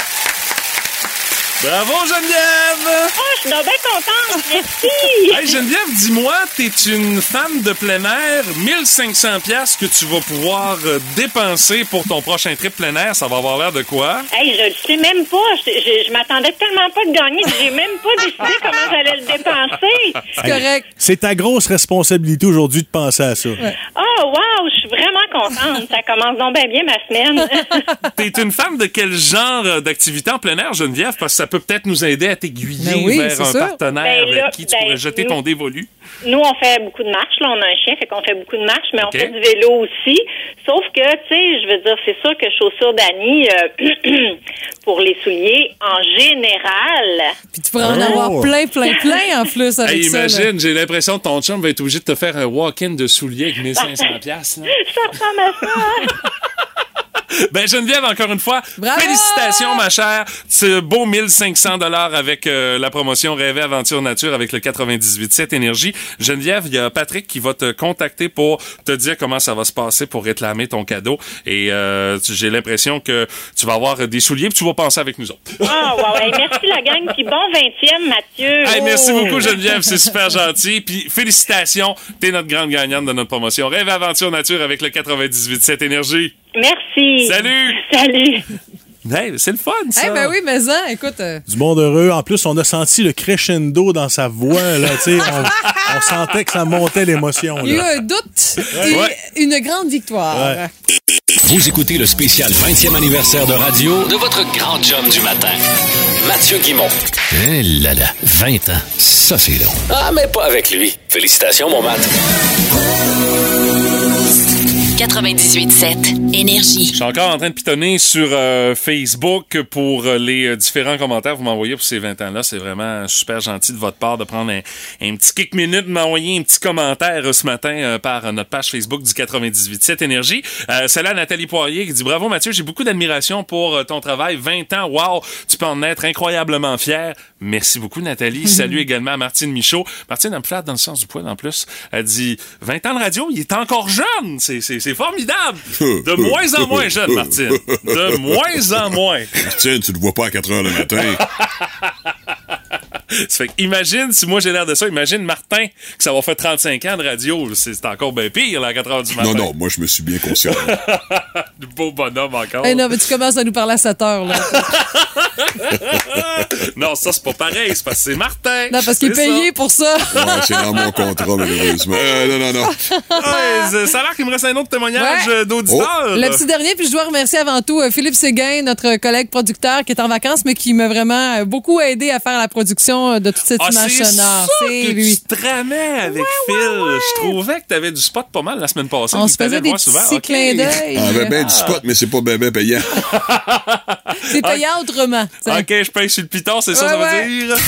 Speaker 1: Bravo Geneviève!
Speaker 18: Oh, je suis donc bien contente, merci.
Speaker 1: Hey Geneviève, dis-moi, t'es une femme de plein air, mille cinq cents dollars que tu vas pouvoir euh, dépenser pour ton prochain trip plein air, ça va avoir l'air de quoi?
Speaker 18: Hey, je le sais même pas. Je, je, je m'attendais tellement pas de gagner. J'ai même pas décidé comment j'allais le dépenser.
Speaker 2: C'est correct.
Speaker 17: C'est ta grosse responsabilité aujourd'hui de penser à ça.
Speaker 18: Oh, wow, je suis vraiment contente. Ça commence donc bien bien ma semaine.
Speaker 1: T'es une femme de quel genre euh, d'activité en plein air, Geneviève? Parce que ça peut peut-être nous aider à t'aiguiller
Speaker 2: Ben oui,
Speaker 1: vers
Speaker 2: c'est
Speaker 1: un
Speaker 2: sûr.
Speaker 1: partenaire
Speaker 18: Ben là,
Speaker 1: avec qui tu
Speaker 18: ben,
Speaker 1: pourrais jeter
Speaker 18: nous-
Speaker 1: ton dévolu.
Speaker 18: Nous, on fait beaucoup de marches. Là, on a un chien, fait qu'on fait beaucoup de marches, mais
Speaker 1: OK.
Speaker 18: on fait du vélo aussi. Sauf que, tu sais, je veux dire, c'est sûr que chaussures d'Annie, euh, pour les souliers, en général...
Speaker 2: Puis tu pourrais en
Speaker 17: Oh.
Speaker 2: avoir plein, plein, plein en plus avec
Speaker 1: Hey,
Speaker 2: ça. là.
Speaker 1: imagine, j'ai l'impression que ton chum va être obligé de te faire un walk-in de souliers avec mille cinq cents dollars. Là.
Speaker 18: Ça ressemble à ça.
Speaker 1: Ben Geneviève, encore une fois,
Speaker 2: Bravo!
Speaker 1: félicitations ma chère. Ce beau mille cinq cents dollars avec euh, la promotion Rêver Aventure Nature avec le quatre-vingt-dix-huit sept Énergie. Geneviève, il y a Patrick qui va te contacter pour te dire comment ça va se passer pour réclamer ton cadeau. Et euh, tu- j'ai l'impression que tu vas avoir des souliers puis tu vas penser avec nous autres.
Speaker 18: Ah, wow, hey, merci la gang, puis bon vingtième, Mathieu.
Speaker 1: Hey, merci
Speaker 18: Oh.
Speaker 1: beaucoup Geneviève, c'est super gentil. Puis félicitations, t'es notre grande gagnante de notre promotion Rêve Aventure Nature avec le quatre-vingt-dix-huit sept Énergie.
Speaker 18: Merci.
Speaker 1: Salut!
Speaker 18: Salut.
Speaker 1: Hey, c'est le fun ça.
Speaker 2: Eh ben oui, mais ça, écoute. euh,
Speaker 17: Du monde heureux. En plus, on a senti le crescendo dans sa voix. Là, tu sais, on, on sentait que ça montait l'émotion.
Speaker 2: Il y a eu
Speaker 17: là.
Speaker 2: un doute et
Speaker 17: Ouais.
Speaker 2: une grande victoire.
Speaker 17: Ouais.
Speaker 4: Vous écoutez le spécial vingtième anniversaire de radio de votre grand chum du matin, Mathieu Guimont. Eh là là, vingt ans, ça fait long. Ah, mais pas avec lui. Félicitations, mon Matt.
Speaker 3: quatre-vingt-dix-huit sept Énergie.
Speaker 1: Je suis encore en train de pitonner sur euh, Facebook pour euh, les euh, différents commentaires que vous m'envoyez pour ces vingt ans-là. C'est vraiment super gentil de votre part de prendre un, un petit quelques minutes, de m'envoyer un petit commentaire euh, ce matin euh, par euh, notre page Facebook du quatre-vingt-dix-huit sept Énergie. Euh, c'est là Nathalie Poirier qui dit « Bravo Mathieu, j'ai beaucoup d'admiration pour euh, ton travail. vingt ans, wow, tu peux en être incroyablement fier. » Merci beaucoup Nathalie. Salut également à Martine Michaud. Martine, elle me flatte dans le sens du poil en plus. Elle dit « vingt ans de radio, il est encore jeune. C'est, c'est, c'est formidable. De moins en moins jeune, Martine. De moins en moins. »
Speaker 12: Martine, tu ne vois pas à quatre heures le matin.
Speaker 1: Ça fait que imagine si moi j'ai l'air de ça, imagine Martin que ça va faire trente-cinq ans de radio, c'est, c'est encore bien pire là, à quatre heures du matin.
Speaker 12: Non, non, moi je me suis bien conscient.
Speaker 1: Le beau bonhomme encore.
Speaker 2: Hey non, mais tu commences à nous parler à sept heures là.
Speaker 1: Non, ça c'est pas pareil, c'est parce que c'est Martin.
Speaker 2: Non, parce qu'il est payé
Speaker 1: ça.
Speaker 2: pour ça.
Speaker 12: Ouais, c'est dans mon contrat malheureusement. Euh, non, non, non.
Speaker 1: Ouais, ça a l'air qu'il me reste un autre témoignage ouais. d'auditeurs.
Speaker 2: Oh. Le petit dernier, puis je dois remercier avant tout Philippe Séguin, notre collègue producteur qui est en vacances, mais qui m'a vraiment beaucoup aidé à faire la production de toute cette
Speaker 1: ah,
Speaker 2: image
Speaker 1: c'est
Speaker 2: sonore.
Speaker 1: Ça
Speaker 2: c'est
Speaker 1: que
Speaker 2: lui.
Speaker 1: Tu tramais avec
Speaker 2: ouais,
Speaker 1: Phil.
Speaker 2: Ouais, ouais.
Speaker 1: Je trouvais que t'avais du spot pas mal la semaine passée.
Speaker 2: On se faisait des petits okay. clins d'œil.
Speaker 12: On avait bien du spot, mais c'est pas bien ben payant.
Speaker 2: C'est payant okay. autrement.
Speaker 1: Ça. OK, je paye sur le piton, c'est ouais, ça, ça ouais. veut dire?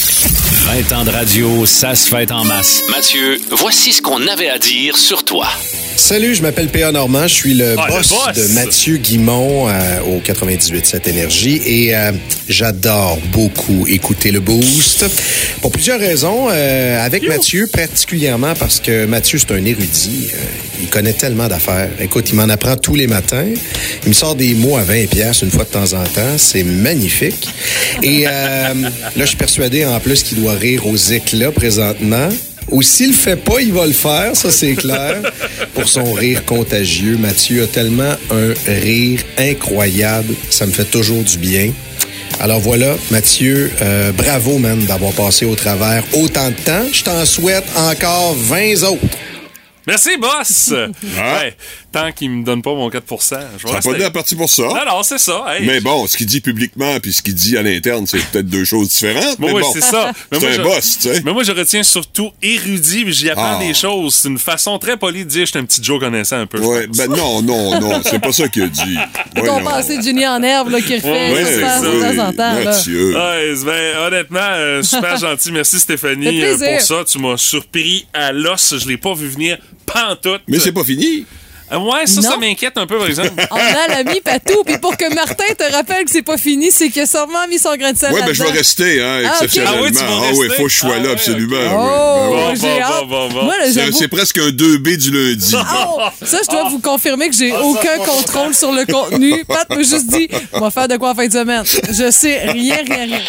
Speaker 4: vingt ans de radio, ça se fait en masse. Mathieu, voici ce qu'on avait à dire sur toi.
Speaker 19: Salut, je m'appelle P A Normand, je suis le, ah, boss, le boss de Mathieu Guimont euh, au quatre-vingt-dix-huit sept Énergie et euh, j'adore beaucoup écouter le Boost pour plusieurs raisons. Euh, avec Yo. Mathieu, particulièrement parce que Mathieu, c'est un érudit. Euh, il connaît tellement d'affaires. Écoute, il m'en apprend tous les matins. Il me sort des mots à vingt piastres une fois de temps en temps. C'est magnifique. Et euh, là, je suis persuadé en plus qu'il doit rire aux éclats présentement. Ou s'il le fait pas, il va le faire, ça c'est clair. Pour son rire contagieux, Mathieu a tellement un rire incroyable, ça me fait toujours du bien. Alors voilà, Mathieu, euh, bravo man d'avoir passé au travers autant de temps. Je t'en souhaite encore vingt autres.
Speaker 1: Merci, boss! Ouais. Tant qu'il me donne pas mon quatre pour cent. Je
Speaker 12: ça n'a pas de la partie pour ça.
Speaker 1: Non, non, c'est ça. Hey.
Speaker 12: Mais bon, ce qu'il dit publiquement puis ce qu'il dit à l'interne, c'est peut-être deux choses différentes.
Speaker 1: Bon,
Speaker 12: mais
Speaker 1: oui,
Speaker 12: bon,
Speaker 1: c'est ça. Mais
Speaker 12: c'est
Speaker 1: moi,
Speaker 12: un
Speaker 1: je...
Speaker 12: boss, tu sais.
Speaker 1: Mais moi, je retiens surtout érudit, puis j'y apprends
Speaker 12: ah.
Speaker 1: des choses. C'est une façon très polie de dire que je suis un petit Joe connaissant un peu.
Speaker 12: Ouais, ben non, non, non, c'est pas ça qu'il a dit.
Speaker 2: C'est ton passé de Jenny en herbe là, qui refait
Speaker 12: ouais,
Speaker 2: ouais, ça,
Speaker 12: oui,
Speaker 2: de temps en temps.
Speaker 12: Mathieu.
Speaker 1: Ouais, ben, honnêtement, euh, super gentil. Merci Stéphanie euh, pour ça. Tu m'as surpris à l'os. Je l'ai pas vu venir pantoute.
Speaker 12: Mais c'est pas fini.
Speaker 1: Euh, ouais, ça, non. ça m'inquiète un peu, par exemple.
Speaker 2: On a l'ami Patou, puis pour que Martin te rappelle que c'est pas fini, c'est qu'il a sûrement mis son grain de sel
Speaker 12: ouais,
Speaker 2: là-dedans.
Speaker 12: Ouais, ben je vais rester, hein,
Speaker 2: ah,
Speaker 12: exceptionnellement.
Speaker 1: Okay. Ah oui, tu vas
Speaker 12: ah
Speaker 1: rester?
Speaker 12: oui, faut que je sois ah, là, absolument.
Speaker 2: Okay.
Speaker 12: Oui.
Speaker 2: Oh,
Speaker 12: ben, ouais.
Speaker 2: j'ai hâte.
Speaker 1: Bon, bon, bon,
Speaker 2: Moi, là,
Speaker 12: c'est, c'est presque un deux B du lundi.
Speaker 2: Oh, ça, je dois vous confirmer que j'ai aucun contrôle sur le contenu. Pat m'a juste dit, on va faire de quoi en fin de semaine. Je sais rien, rien, rien.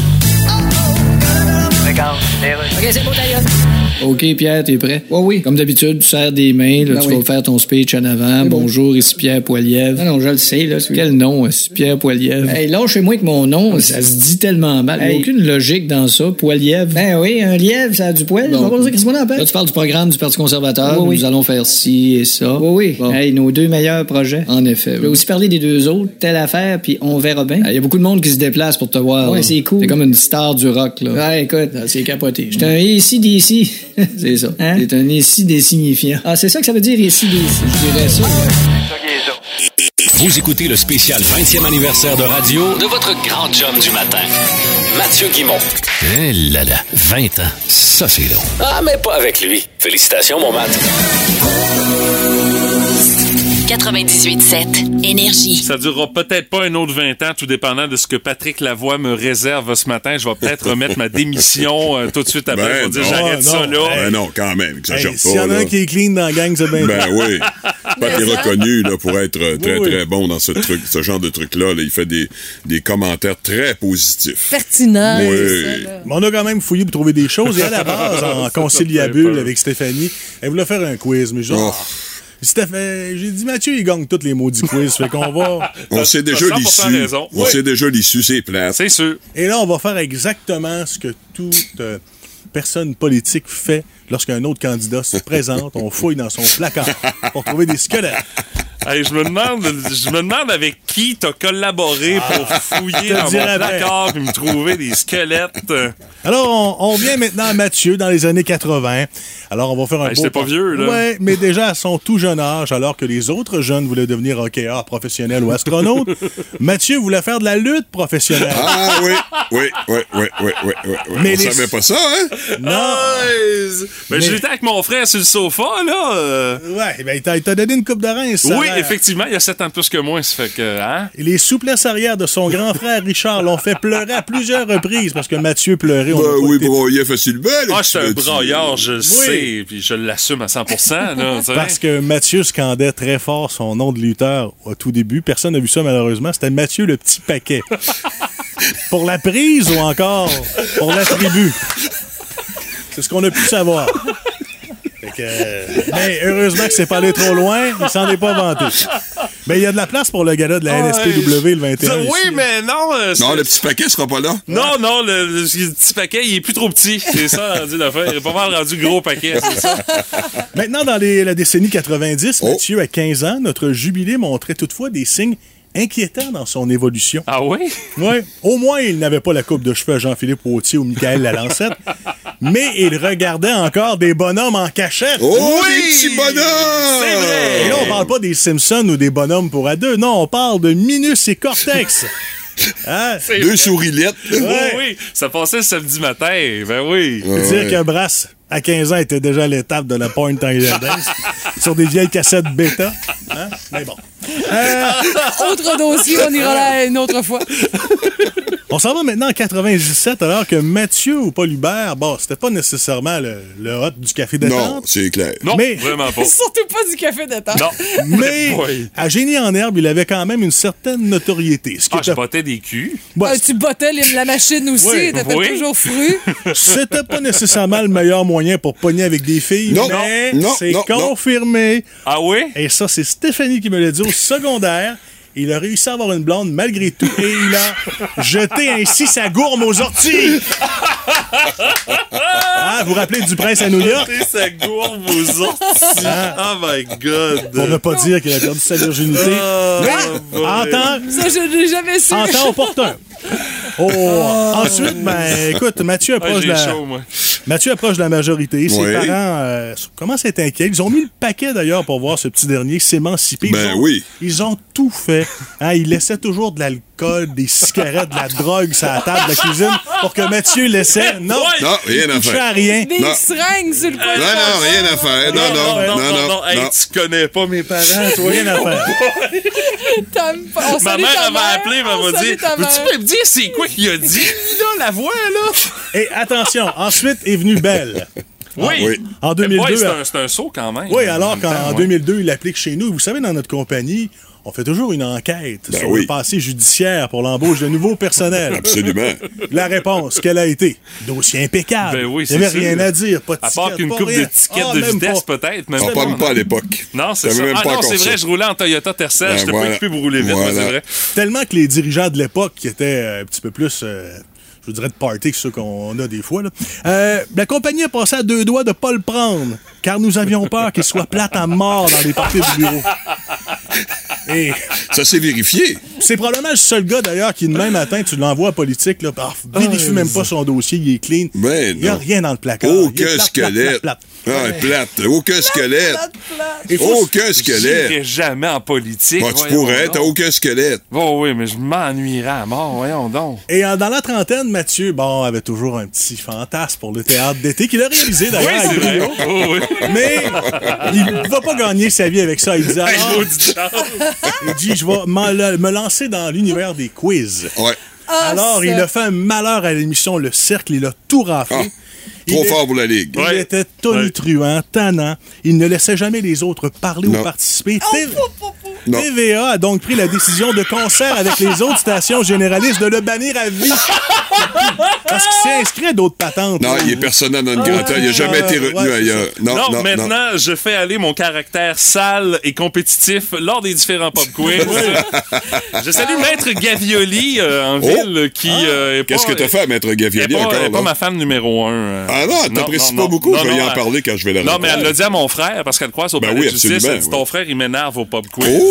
Speaker 6: Regarde, OK, c'est beau, d'ailleurs.
Speaker 7: OK, Pierre, t'es prêt? Oui, oui. Comme d'habitude, tu serres des mains, là, ben tu oui. vas faire ton speech en avant. C'est bonjour, bon. Ici Pierre Poilievre.
Speaker 20: Non, non, je le sais, là. Celui...
Speaker 7: Quel nom, ici Pierre Poilievre?
Speaker 20: Hey, lâchez-moi que mon nom,
Speaker 7: ça se dit tellement mal. Il
Speaker 20: hey.
Speaker 7: n'y a aucune logique dans ça, Poilievre.
Speaker 20: Ben oui, un lièvre, ça a du poil.
Speaker 7: Bon.
Speaker 20: On va dire qu'est-ce qu'on appelle.
Speaker 7: Là, tu parles du programme du Parti conservateur. Oui, oui. Nous allons faire ci et ça.
Speaker 20: Oui, oui. Bon.
Speaker 7: Hey, nos deux meilleurs projets. En effet.
Speaker 20: Je vais oui. aussi parler des deux autres, telle affaire, puis on verra bien.
Speaker 7: Il y a beaucoup de monde qui se déplace pour te voir.
Speaker 20: Oui, c'est cool.
Speaker 7: T'es comme une star du rock, là.
Speaker 20: Ouais, écoute.
Speaker 7: C'est capoté.
Speaker 20: J'étais un ici d'ici.
Speaker 7: C'est ça.
Speaker 20: Hein?
Speaker 7: C'est un ici des signifiants.
Speaker 20: Ah, c'est ça que ça veut dire ici d'ici.
Speaker 7: Je dirais ça.
Speaker 4: Vous écoutez le spécial vingtième anniversaire de radio de votre grand chum du matin, Mathieu Guimont. Eh là là, vingt ans, ça c'est long. Ah, mais pas avec lui. Félicitations, mon Matt.
Speaker 3: quatre-vingt-dix-huit sept Énergie.
Speaker 1: Ça durera peut-être pas un autre vingt ans, tout dépendant de ce que Patrick Lavoie me réserve ce matin. Je vais peut-être remettre ma démission euh, tout de suite après.
Speaker 12: Ben
Speaker 1: je vais dire,
Speaker 12: non,
Speaker 1: j'arrête
Speaker 12: non,
Speaker 1: ça là.
Speaker 12: Ben non, quand même, exagère
Speaker 17: hey,
Speaker 12: pas.
Speaker 17: S'il y en a un qui est clean dans la gang, c'est bien.
Speaker 12: Ben oui. Pat est reconnu là, pour être très,
Speaker 17: oui,
Speaker 12: très
Speaker 17: oui.
Speaker 12: bon dans ce truc, ce genre de truc-là. Là. Il fait des, des commentaires très positifs.
Speaker 2: Pertinent.
Speaker 12: Oui.
Speaker 2: Ça,
Speaker 17: Mais on a quand même fouillé pour trouver des choses. Et à la base, en conciliabule avec Stéphanie, elle voulait faire un quiz, mais genre... Oh. Steph, j'ai dit Mathieu, il gagne tous les maudits quiz, fait qu'on va...
Speaker 12: On sait déjà l'issue. On oui. sait déjà l'issue, c'est plate.
Speaker 1: C'est sûr.
Speaker 17: Et là, on va faire exactement ce que toute euh, personne politique fait lorsqu'un autre candidat se présente. On fouille dans son placard pour trouver des squelettes.
Speaker 1: Hey, je me demande, je me demande avec qui t'as collaboré pour fouiller dans mon placard et me trouver des squelettes.
Speaker 17: Alors, on, on vient maintenant à Mathieu dans les années quatre-vingts. Alors, on va faire un
Speaker 1: hey,
Speaker 17: beau...
Speaker 1: J'étais pas vieux, là.
Speaker 17: Ouais, mais déjà à son tout jeune âge, alors que les autres jeunes voulaient devenir hockeyeurs professionnels ou astronautes, Mathieu voulait faire de la lutte professionnelle.
Speaker 12: Ah oui, oui, oui, oui, oui, oui, oui.
Speaker 17: Mais
Speaker 12: on
Speaker 17: les...
Speaker 12: savait pas ça, hein?
Speaker 17: Non.
Speaker 1: Ah, mais, mais j'étais avec mon frère sur le sofa, là. Euh...
Speaker 17: Ouais, ben, il t'a, il t'a donné une coupe de rein, ça.
Speaker 1: Oui, effectivement, il y a sept ans de plus que moi, ça fait que, hein?
Speaker 17: Et les souplesses arrière de son grand frère Richard l'ont fait pleurer à plusieurs reprises parce que Mathieu pleurait.
Speaker 12: Ben oui, été... broyait facilement.
Speaker 1: Ah, je suis un braillard, je le oui. sais, puis je l'assume à cent pour cent. Là,
Speaker 17: parce que Mathieu scandait très fort son nom de lutteur au tout début. Personne n'a vu ça, malheureusement. C'était Mathieu le Petit Paquet. Pour la prise ou encore pour la tribu? C'est ce qu'on a pu savoir. Fait que, euh, mais heureusement que c'est pas allé trop loin, il s'en est pas vanté. Mais il y a de la place pour le gala de la N S P W le vingt et un.
Speaker 1: Oui, ici. Mais non. Euh,
Speaker 12: non, le petit paquet sera pas là.
Speaker 1: Non, non, le, le, le petit paquet, il est plus trop petit. C'est ça, rendu l'affaire. Il est pas mal rendu gros paquet, c'est ça.
Speaker 17: Maintenant, dans les, la décennie quatre-vingt-dix, oh. Mathieu, à quinze ans, notre jubilé montrait toutefois des signes inquiétant dans son évolution.
Speaker 1: Ah oui?
Speaker 17: Oui. Au moins, il n'avait pas la coupe de cheveux à Jean-Philippe Wautier ou Michael Lalancette, mais il regardait encore des bonhommes en cachette.
Speaker 12: Oh, oui! Des petits bonhommes!
Speaker 1: C'est vrai!
Speaker 17: Et là, on parle pas des Simpsons ou des bonhommes pour à deux. Non, on parle de Minus et Cortex.
Speaker 12: Hein? Deux vrai. Sourilettes.
Speaker 1: Ouais. Oui, oui. Ça passait le samedi matin. Ben oui.
Speaker 17: Ouais, dire ouais. que Brass, à quinze ans, était déjà à l'étape de la pointe thaïlandaise sur des vieilles cassettes bêta. Hein? Mais bon.
Speaker 2: Euh... Autre dossier, on ira là une autre fois.
Speaker 17: On s'en va maintenant en quatre-vingt-dix-sept, alors que Mathieu ou Paul Hubert, bon, c'était pas nécessairement le, le hot du café détente.
Speaker 12: Non, c'est clair.
Speaker 1: Non,
Speaker 17: mais,
Speaker 1: vraiment pas.
Speaker 2: Surtout pas du café détente.
Speaker 1: Non.
Speaker 17: Mais oui. À Génie en herbe, il avait quand même une certaine notoriété. Ce qui
Speaker 1: ah,
Speaker 17: était...
Speaker 1: je bottais des culs.
Speaker 2: Bon, ah, tu bottais la machine aussi, oui. t'étais oui. toujours fru.
Speaker 17: C'était pas nécessairement le meilleur moyen pour pogner avec des filles,
Speaker 12: non,
Speaker 17: mais
Speaker 12: non,
Speaker 17: c'est
Speaker 12: non,
Speaker 17: confirmé.
Speaker 12: Non.
Speaker 1: Ah oui?
Speaker 17: Et ça, c'est Stéphanie qui me l'a dit au secondaire. Il a réussi à avoir une blonde malgré tout et il a jeté ainsi sa gourme aux orties. Ah, vous vous rappelez du prince à New York?
Speaker 1: Jeter sa gourme aux orties. Ah. Oh my God.
Speaker 17: Pour ne pas dire qu'il a perdu sa virginité.
Speaker 1: Oh,
Speaker 17: mais, en temps...
Speaker 2: Ça, je l'ai jamais su.
Speaker 17: En temps opportun. Oh. oh. Ensuite, ben, écoute, Mathieu approche,
Speaker 1: ouais,
Speaker 17: la...
Speaker 1: chaud, moi.
Speaker 17: Mathieu approche de la majorité. Ses
Speaker 12: oui.
Speaker 17: parents euh, commencent à être inquiets. Ils ont mis le paquet, d'ailleurs, pour voir ce petit dernier s'émanciper.
Speaker 12: Ben
Speaker 17: ils ont,
Speaker 12: oui.
Speaker 17: Ils ont tout fait. Hein, ils laissaient toujours de l'alcool, des cigarettes, de la drogue sur la table de la cuisine pour que Mathieu laissait. Non,
Speaker 12: non rien à faire.
Speaker 17: À rien.
Speaker 2: Des
Speaker 12: non.
Speaker 2: seringues sur le
Speaker 12: coin. Non, non, rien à faire. Non, non, non, non. non, non,
Speaker 1: non. Hey,
Speaker 12: non.
Speaker 1: tu connais pas mes parents, toi.
Speaker 17: Rien à faire.
Speaker 2: On
Speaker 1: ma mère elle m'a appelé, elle m'a dit peux-tu me dire c'est quoi qu'il a dit, là, la voix, là?
Speaker 17: Et attention, ensuite est venue Belle.
Speaker 1: Oui.
Speaker 17: oui. En deux mille deux.
Speaker 1: Ouais, c'est, un, c'est un saut quand même.
Speaker 17: Oui, alors qu'en ouais. deux mille deux, il applique chez nous. Vous savez, dans notre compagnie, on fait toujours une enquête
Speaker 12: ben
Speaker 17: sur
Speaker 12: oui.
Speaker 17: le passé judiciaire pour l'embauche de nouveaux personnels.
Speaker 12: Absolument.
Speaker 17: La réponse, quelle a été? Dossier impeccable.
Speaker 1: Ben oui,
Speaker 17: il n'y avait
Speaker 1: sûr.
Speaker 17: rien à dire. Pas de
Speaker 1: à part
Speaker 17: ticket,
Speaker 1: qu'une coupe d'étiquettes
Speaker 17: ah,
Speaker 1: de vitesse,
Speaker 17: pas.
Speaker 1: peut-être. Même
Speaker 12: on ne parle pas à l'époque.
Speaker 1: Non, c'est ça.
Speaker 12: Même
Speaker 1: Ah
Speaker 12: pas
Speaker 1: non, c'est vrai,
Speaker 12: ça.
Speaker 1: je roulais en Toyota Tercel.
Speaker 12: Ben
Speaker 1: J'étais
Speaker 12: voilà.
Speaker 1: pas équipé pour rouler vite,
Speaker 12: voilà.
Speaker 1: mais c'est vrai.
Speaker 17: Tellement que les dirigeants de l'époque, qui étaient un petit peu plus... Euh, je vous dirais de party que ceux qu'on a des fois. Là. Euh, la compagnie a passé à deux doigts de ne pas le prendre, car nous avions peur qu'il soit plate à mort dans les parties du bureau. Et
Speaker 12: ça s'est vérifié.
Speaker 17: C'est probablement le seul gars, d'ailleurs, qui, de même matin, tu l'envoies à politique, là, ah, vérifie oh, même pas son dossier, il est clean.
Speaker 12: Ben
Speaker 17: il n'y a rien dans le placard.
Speaker 12: Aucun squelette. Plate, plate, plate. Ah, plate. Aucun squelette. Plate, plate, plate. Aucun squelette.
Speaker 1: Je jamais en politique.
Speaker 12: Bah, tu pourrais, t'as aucun squelette.
Speaker 1: Bon, oui, mais je m'ennuierais à mort, voyons donc.
Speaker 17: Et euh, dans la trentaine, Mathieu, bon, avait toujours un petit fantasme pour le théâtre d'été qu'il a réalisé, d'ailleurs.
Speaker 1: Oui, c'est vrai. Oh, oui.
Speaker 17: Mais il ne va pas gagner sa vie avec ça. Il dit, alors, il dit, je vais me lancer dans l'univers des quiz.
Speaker 12: Ouais.
Speaker 17: Alors, oh, il a fait un malheur à l'émission Le Cercle, il a tout raflé.
Speaker 12: Ah. Trop
Speaker 17: il
Speaker 12: fort
Speaker 17: est,
Speaker 12: pour la Ligue.
Speaker 17: Il
Speaker 1: ouais.
Speaker 17: était tonitruant, tannant. Il ne laissait jamais les autres parler non. ou participer.
Speaker 2: Oh,
Speaker 17: T-
Speaker 2: oh, oh, oh.
Speaker 17: T V A a donc pris la décision de concert avec les autres stations généralistes de le bannir à vie. Parce qu'il s'est inscrit à d'autres patentes.
Speaker 12: Non, il est persona non grata. Il n'a jamais été retenu
Speaker 17: ouais,
Speaker 12: ailleurs. Non,
Speaker 1: non,
Speaker 12: non,
Speaker 1: maintenant,
Speaker 12: non.
Speaker 1: je fais aller mon caractère sale et compétitif lors des différents pop quiz. Je salue Maître Gavioli euh, en
Speaker 12: oh.
Speaker 1: ville qui...
Speaker 12: Ah.
Speaker 1: Euh,
Speaker 12: Qu'est-ce
Speaker 1: pas,
Speaker 12: que t'as fait à Maître Gavioli
Speaker 1: pas,
Speaker 12: encore?
Speaker 1: Elle n'est pas
Speaker 12: là?
Speaker 1: ma femme numéro un. Euh.
Speaker 12: Ah non, t'apprécies pas beaucoup.
Speaker 1: Non,
Speaker 12: je vais
Speaker 1: non,
Speaker 12: y en
Speaker 1: elle...
Speaker 12: parler quand je vais la
Speaker 1: Non,
Speaker 12: rencontrer.
Speaker 1: mais elle l'a dit à mon frère parce qu'elle croise au
Speaker 12: ben
Speaker 1: palais
Speaker 12: oui,
Speaker 1: de justice. Elle dit,
Speaker 12: oui.
Speaker 1: ton frère, il m'énerve au pop quiz.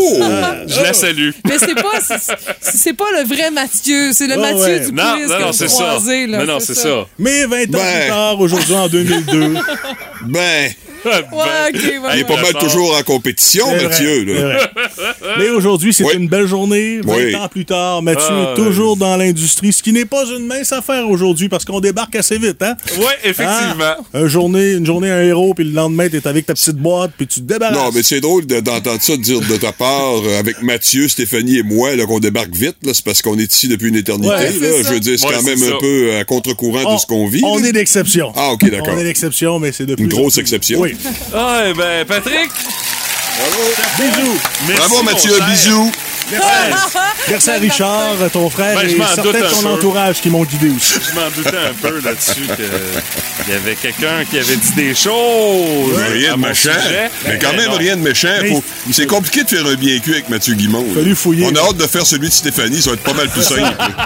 Speaker 12: Oh!
Speaker 1: Je la salue.
Speaker 2: Mais c'est pas, c'est, c'est pas le vrai Mathieu. C'est le
Speaker 17: Oh,
Speaker 2: Mathieu
Speaker 17: ouais.
Speaker 2: du
Speaker 1: Non,
Speaker 2: quiz
Speaker 1: non,
Speaker 2: que
Speaker 1: non,
Speaker 2: vous
Speaker 1: c'est
Speaker 2: croisez,
Speaker 1: ça.
Speaker 2: là,
Speaker 1: Mais non, c'est ça.
Speaker 17: Mais vingt ans
Speaker 12: Ben.
Speaker 17: plus tard, aujourd'hui, en deux mille deux.
Speaker 12: Ben,
Speaker 2: Ouais, ok, ouais,
Speaker 12: il est pas
Speaker 2: ouais.
Speaker 12: mal toujours en compétition,
Speaker 17: C'est
Speaker 12: Mathieu.
Speaker 17: vrai,
Speaker 12: Là.
Speaker 17: c'est vrai. Mais aujourd'hui, c'est
Speaker 12: Oui.
Speaker 17: une belle journée. vingt
Speaker 12: Oui.
Speaker 17: ans plus tard, Mathieu
Speaker 1: Ah,
Speaker 17: est toujours dans l'industrie, ce qui n'est pas une mince affaire aujourd'hui parce qu'on débarque assez vite, hein?
Speaker 1: Oui, effectivement.
Speaker 17: Ah, une journée, une journée un héros, puis le lendemain, t'es avec ta petite boîte, puis tu te débarrasses.
Speaker 12: Non, mais c'est drôle de- d'entendre ça dire de ta part euh, avec Mathieu, Stéphanie et moi, là, qu'on débarque vite. Là, c'est parce qu'on est ici depuis une éternité.
Speaker 17: Ouais,
Speaker 12: là.
Speaker 2: c'est ça.
Speaker 12: Je veux dire, c'est
Speaker 1: Ouais,
Speaker 12: quand
Speaker 1: c'est
Speaker 12: même
Speaker 1: ça.
Speaker 12: un peu à contre-courant
Speaker 17: on,
Speaker 12: de ce qu'on vit.
Speaker 17: On
Speaker 12: là.
Speaker 17: est l'exception.
Speaker 12: Ah, OK, d'accord.
Speaker 17: On est l'exception, mais c'est de plus
Speaker 12: Une
Speaker 17: en
Speaker 12: grosse
Speaker 17: plus.
Speaker 12: exception.
Speaker 17: Oui.
Speaker 1: Ah, ben, Patrick.
Speaker 17: Bisous.
Speaker 1: Merci,
Speaker 12: Bravo,
Speaker 1: mon
Speaker 12: Mathieu.
Speaker 1: cher.
Speaker 12: Bisous.
Speaker 17: Merci, Merci à Richard, ton frère,
Speaker 1: Ben, je
Speaker 17: et
Speaker 1: m'en doute
Speaker 17: certains de
Speaker 1: un
Speaker 17: ton
Speaker 1: peu.
Speaker 17: entourage qui m'ont guidé aussi.
Speaker 1: Je m'en doutais un peu là-dessus qu'il y avait quelqu'un qui avait dit des choses.
Speaker 12: Rien
Speaker 1: à
Speaker 12: de
Speaker 1: mon
Speaker 12: méchant.
Speaker 1: sujet.
Speaker 12: Mais quand
Speaker 1: Ben
Speaker 12: même,
Speaker 1: non.
Speaker 12: rien de méchant.
Speaker 17: Mais
Speaker 12: Faut-
Speaker 17: il-
Speaker 12: C'est compliqué de faire un bien cuit avec Mathieu Guimond. là.
Speaker 17: Fallu fouiller.
Speaker 12: On a hâte de faire celui de Stéphanie. Ça va être pas mal plus simple.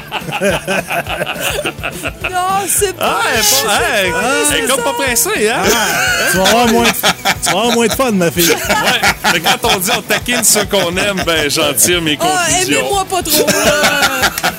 Speaker 2: Non, c'est pas.
Speaker 1: Ah, elle est pas, hey, elle est comme pas pressée, hein?
Speaker 17: Tu vas avoir moins, tu vas avoir moins de fun, ma fille.
Speaker 1: Ouais, mais quand on dit on taquine ceux qu'on aime, ben j'en tire mes
Speaker 2: Ah,
Speaker 1: conclusions.
Speaker 2: aimez-moi pas trop. là.